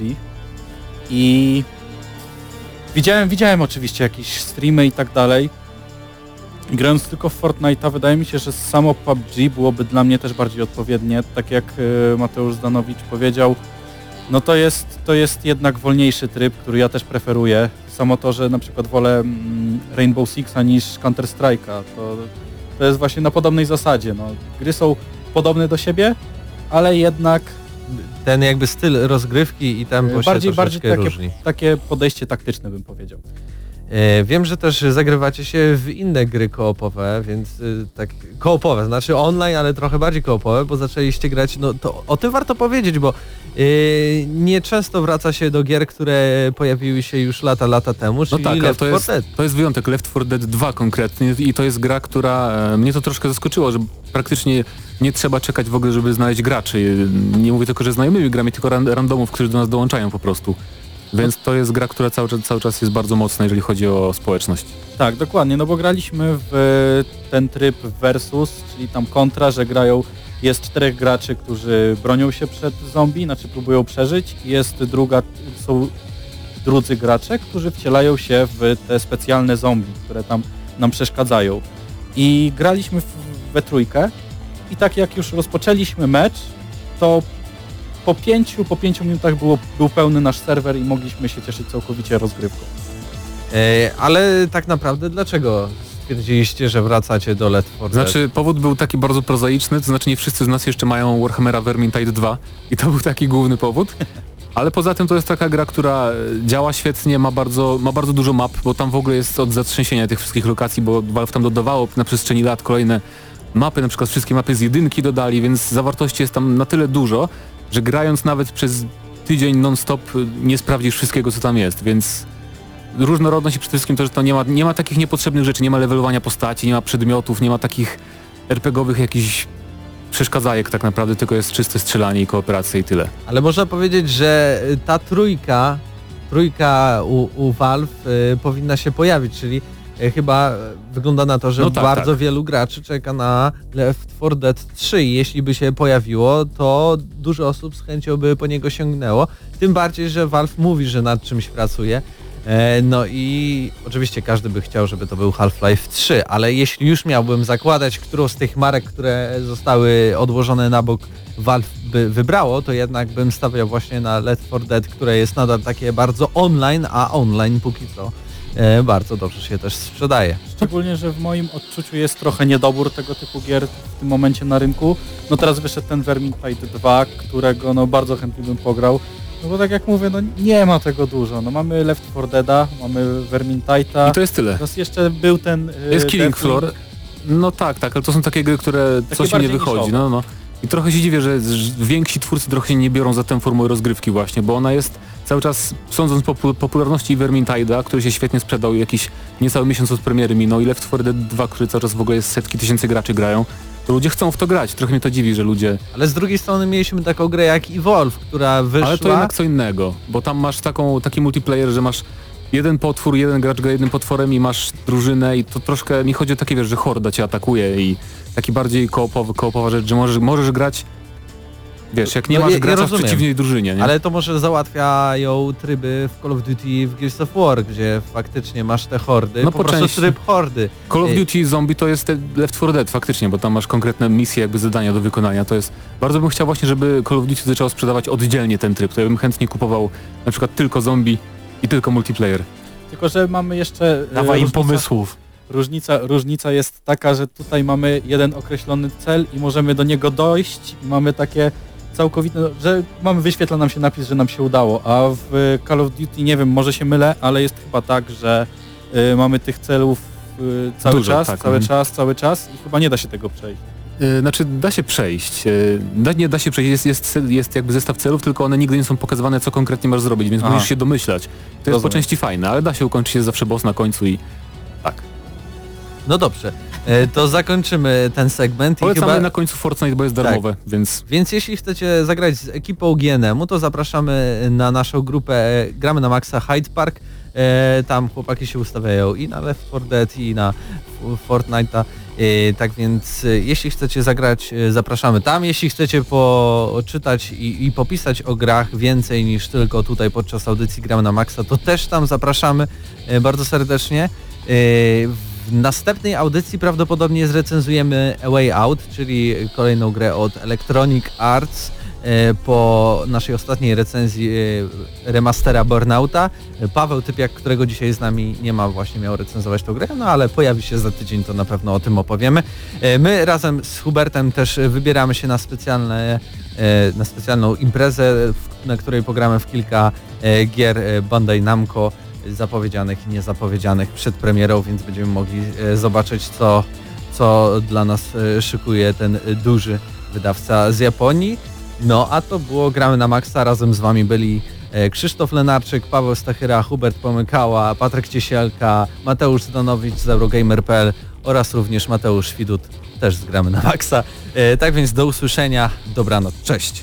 i widziałem oczywiście jakieś streamy i tak dalej. Grając tylko w Fortnite'a, wydaje mi się, że samo PUBG byłoby dla mnie też bardziej odpowiednie, tak jak Mateusz Zdanowicz powiedział. No to jest jednak wolniejszy tryb, który ja też preferuję. Samo to, że na przykład wolę Rainbow Sixa niż Counter-Strike'a, to jest właśnie na podobnej zasadzie. No, gry są podobne do siebie, ale jednak ten jakby styl rozgrywki i tempo się troszeczkę różni. Takie podejście taktyczne bym powiedział. Wiem, że też zagrywacie się w inne gry koopowe, więc tak koopowe, znaczy online, ale trochę bardziej koopowe, bo zaczęliście grać, no to o tym warto powiedzieć, bo nieczęsto wraca się do gier, które pojawiły się już lata temu, czyli no tak, Left 4 Dead. To jest wyjątek, Left 4 Dead 2 konkretnie i to jest gra, która mnie to troszkę zaskoczyło, że praktycznie nie trzeba czekać w ogóle, żeby znaleźć graczy. Nie mówię tylko, że znajomymi gramy, tylko randomów, którzy do nas dołączają po prostu. Więc to jest gra, która cały czas jest bardzo mocna, jeżeli chodzi o społeczność. Tak, dokładnie, no bo graliśmy w ten tryb versus, czyli tam kontra, że jest 4 graczy, którzy bronią się przed zombie, znaczy próbują przeżyć i są drudzy gracze, którzy wcielają się w te specjalne zombie, które tam nam przeszkadzają. I graliśmy we trójkę i tak jak już rozpoczęliśmy mecz, to po 5 minutach był pełny nasz serwer i mogliśmy się cieszyć całkowicie rozgrywką. Ale tak naprawdę dlaczego stwierdziliście, że wracacie do Left 4 Dead? Znaczy, powód był taki bardzo prozaiczny, to znaczy nie wszyscy z nas jeszcze mają Warhammera Vermintide 2 i to był taki główny powód. Ale poza tym to jest taka gra, która działa świetnie, ma bardzo dużo map, bo tam w ogóle jest od zatrzęsienia tych wszystkich lokacji, bo Valve tam dodawało na przestrzeni lat kolejne mapy, na przykład wszystkie mapy z 1 dodali, więc zawartości jest tam na tyle dużo, że grając nawet przez tydzień non-stop nie sprawdzisz wszystkiego, co tam jest, więc różnorodność i przede wszystkim to, że to nie ma takich niepotrzebnych rzeczy, nie ma levelowania postaci, nie ma przedmiotów, nie ma takich RPGowych jakichś przeszkadzajek tak naprawdę, tylko jest czyste strzelanie i kooperacja i tyle. Ale można powiedzieć, że ta trójka u Valve powinna się pojawić, czyli chyba wygląda na to, że No tak, bardzo tak. wielu graczy czeka na Left 4 Dead 3 i jeśli by się pojawiło, to dużo osób z chęcią by po niego sięgnęło. Tym bardziej, że Valve mówi, że nad czymś pracuje. No i oczywiście każdy by chciał, żeby to był Half-Life 3, ale jeśli już miałbym zakładać, którą z tych marek, które zostały odłożone na bok, Valve by wybrało, to jednak bym stawiał właśnie na Left 4 Dead, które jest nadal takie bardzo online, a online póki co bardzo dobrze się też sprzedaje. Szczególnie, że w moim odczuciu jest trochę niedobór tego typu gier w tym momencie na rynku. No teraz wyszedł ten Vermintide 2, którego no bardzo chętnie bym pograł. No bo tak jak mówię, no nie ma tego dużo. No mamy Left 4 Dead'a, mamy Vermintide'a. I to jest tyle. Teraz jeszcze był ten... Jest Killing Deathwing. Floor. No tak, ale to są takie gry, które Takie coś im nie bardziej wychodzi. niszowe. No. I trochę się dziwię, że więksi twórcy trochę się nie biorą za tę formułę rozgrywki właśnie, bo ona jest cały czas, sądząc po popularności Vermintide'a, który się świetnie sprzedał jakiś niecały miesiąc od premiery minął i Left 4 Dead 2, który cały czas w ogóle jest setki tysięcy graczy grają, to ludzie chcą w to grać. Trochę mnie to dziwi, że ludzie... Ale z drugiej strony mieliśmy taką grę jak Evolve, która wyszła... Ale to jednak co innego, bo tam masz taki multiplayer, że masz jeden potwór, jeden gracz gra jednym potworem i masz drużynę i to troszkę mi chodzi o takie, wiesz, że horda cię atakuje i taki bardziej koopowa rzecz, że możesz grać, wiesz, jak nie No, masz ja gracza w rozumiem. przeciwnej drużynie, nie? Ale to może załatwiają tryby w Call of Duty w Gears of War, gdzie faktycznie masz te hordy, No po po prostu części. tryb hordy. Call of Duty Zombie to jest Left 4 Dead faktycznie, bo tam masz konkretne misje, jakby zadania do wykonania. To jest... Bardzo bym chciał właśnie, żeby Call of Duty zaczęło sprzedawać oddzielnie ten tryb. To ja bym chętnie kupował na przykład tylko zombie i tylko multiplayer. Tylko, że mamy jeszcze... Dawaj im różnica- pomysłów. Różnica jest taka, że tutaj mamy jeden określony cel i możemy do niego dojść i mamy takie całkowite, że wyświetla nam się napis, że nam się udało, a w Call of Duty, nie wiem, może się mylę, ale jest chyba tak, że mamy tych celów cały Dużo, czas, tak. cały czas i chyba nie da się tego przejść. Znaczy da się przejść. Nie da się przejść, jest jakby zestaw celów, tylko one nigdy nie są pokazywane, co konkretnie masz zrobić, więc Aha. musisz się domyślać. To jest po Rozumiem. części fajne, ale da się ukończyć, jest zawsze boss na końcu i tak. No dobrze, to zakończymy ten segment. Polecamy I chyba... na końcu Fortnite, bo jest darmowe, więc... Więc jeśli chcecie zagrać z ekipą GNM-u, to zapraszamy na naszą grupę Gramy na Maxa Hyde Park. Tam chłopaki się ustawiają i na Left 4 Dead i na Fortnite'a. Tak więc jeśli chcecie zagrać, zapraszamy tam. Jeśli chcecie poczytać i popisać o grach więcej niż tylko tutaj podczas audycji Gramy na Maxa, to też tam zapraszamy bardzo serdecznie. W następnej audycji prawdopodobnie zrecenzujemy A Way Out, czyli kolejną grę od Electronic Arts. Po naszej ostatniej recenzji remastera Burnouta. Paweł Typiak, którego dzisiaj z nami nie ma, właśnie miał recenzować tą grę, no ale pojawi się za tydzień, to na pewno o tym opowiemy. My razem z Hubertem też wybieramy się na specjalną imprezę, na której pogramy w kilka gier Bandai Namco, zapowiedzianych i niezapowiedzianych przed premierą, więc będziemy mogli zobaczyć, co dla nas szykuje ten duży wydawca z Japonii. No a to było Gramy na Maxa, razem z wami byli Krzysztof Lenarczyk, Paweł Stachyra, Hubert Pomykała, Patryk Ciesielka, Mateusz Zdanowicz z Eurogamer.pl oraz również Mateusz Widut, też z Gramy na Maxa. Tak więc do usłyszenia, dobranoc, cześć!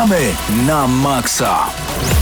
Gramy na maksa.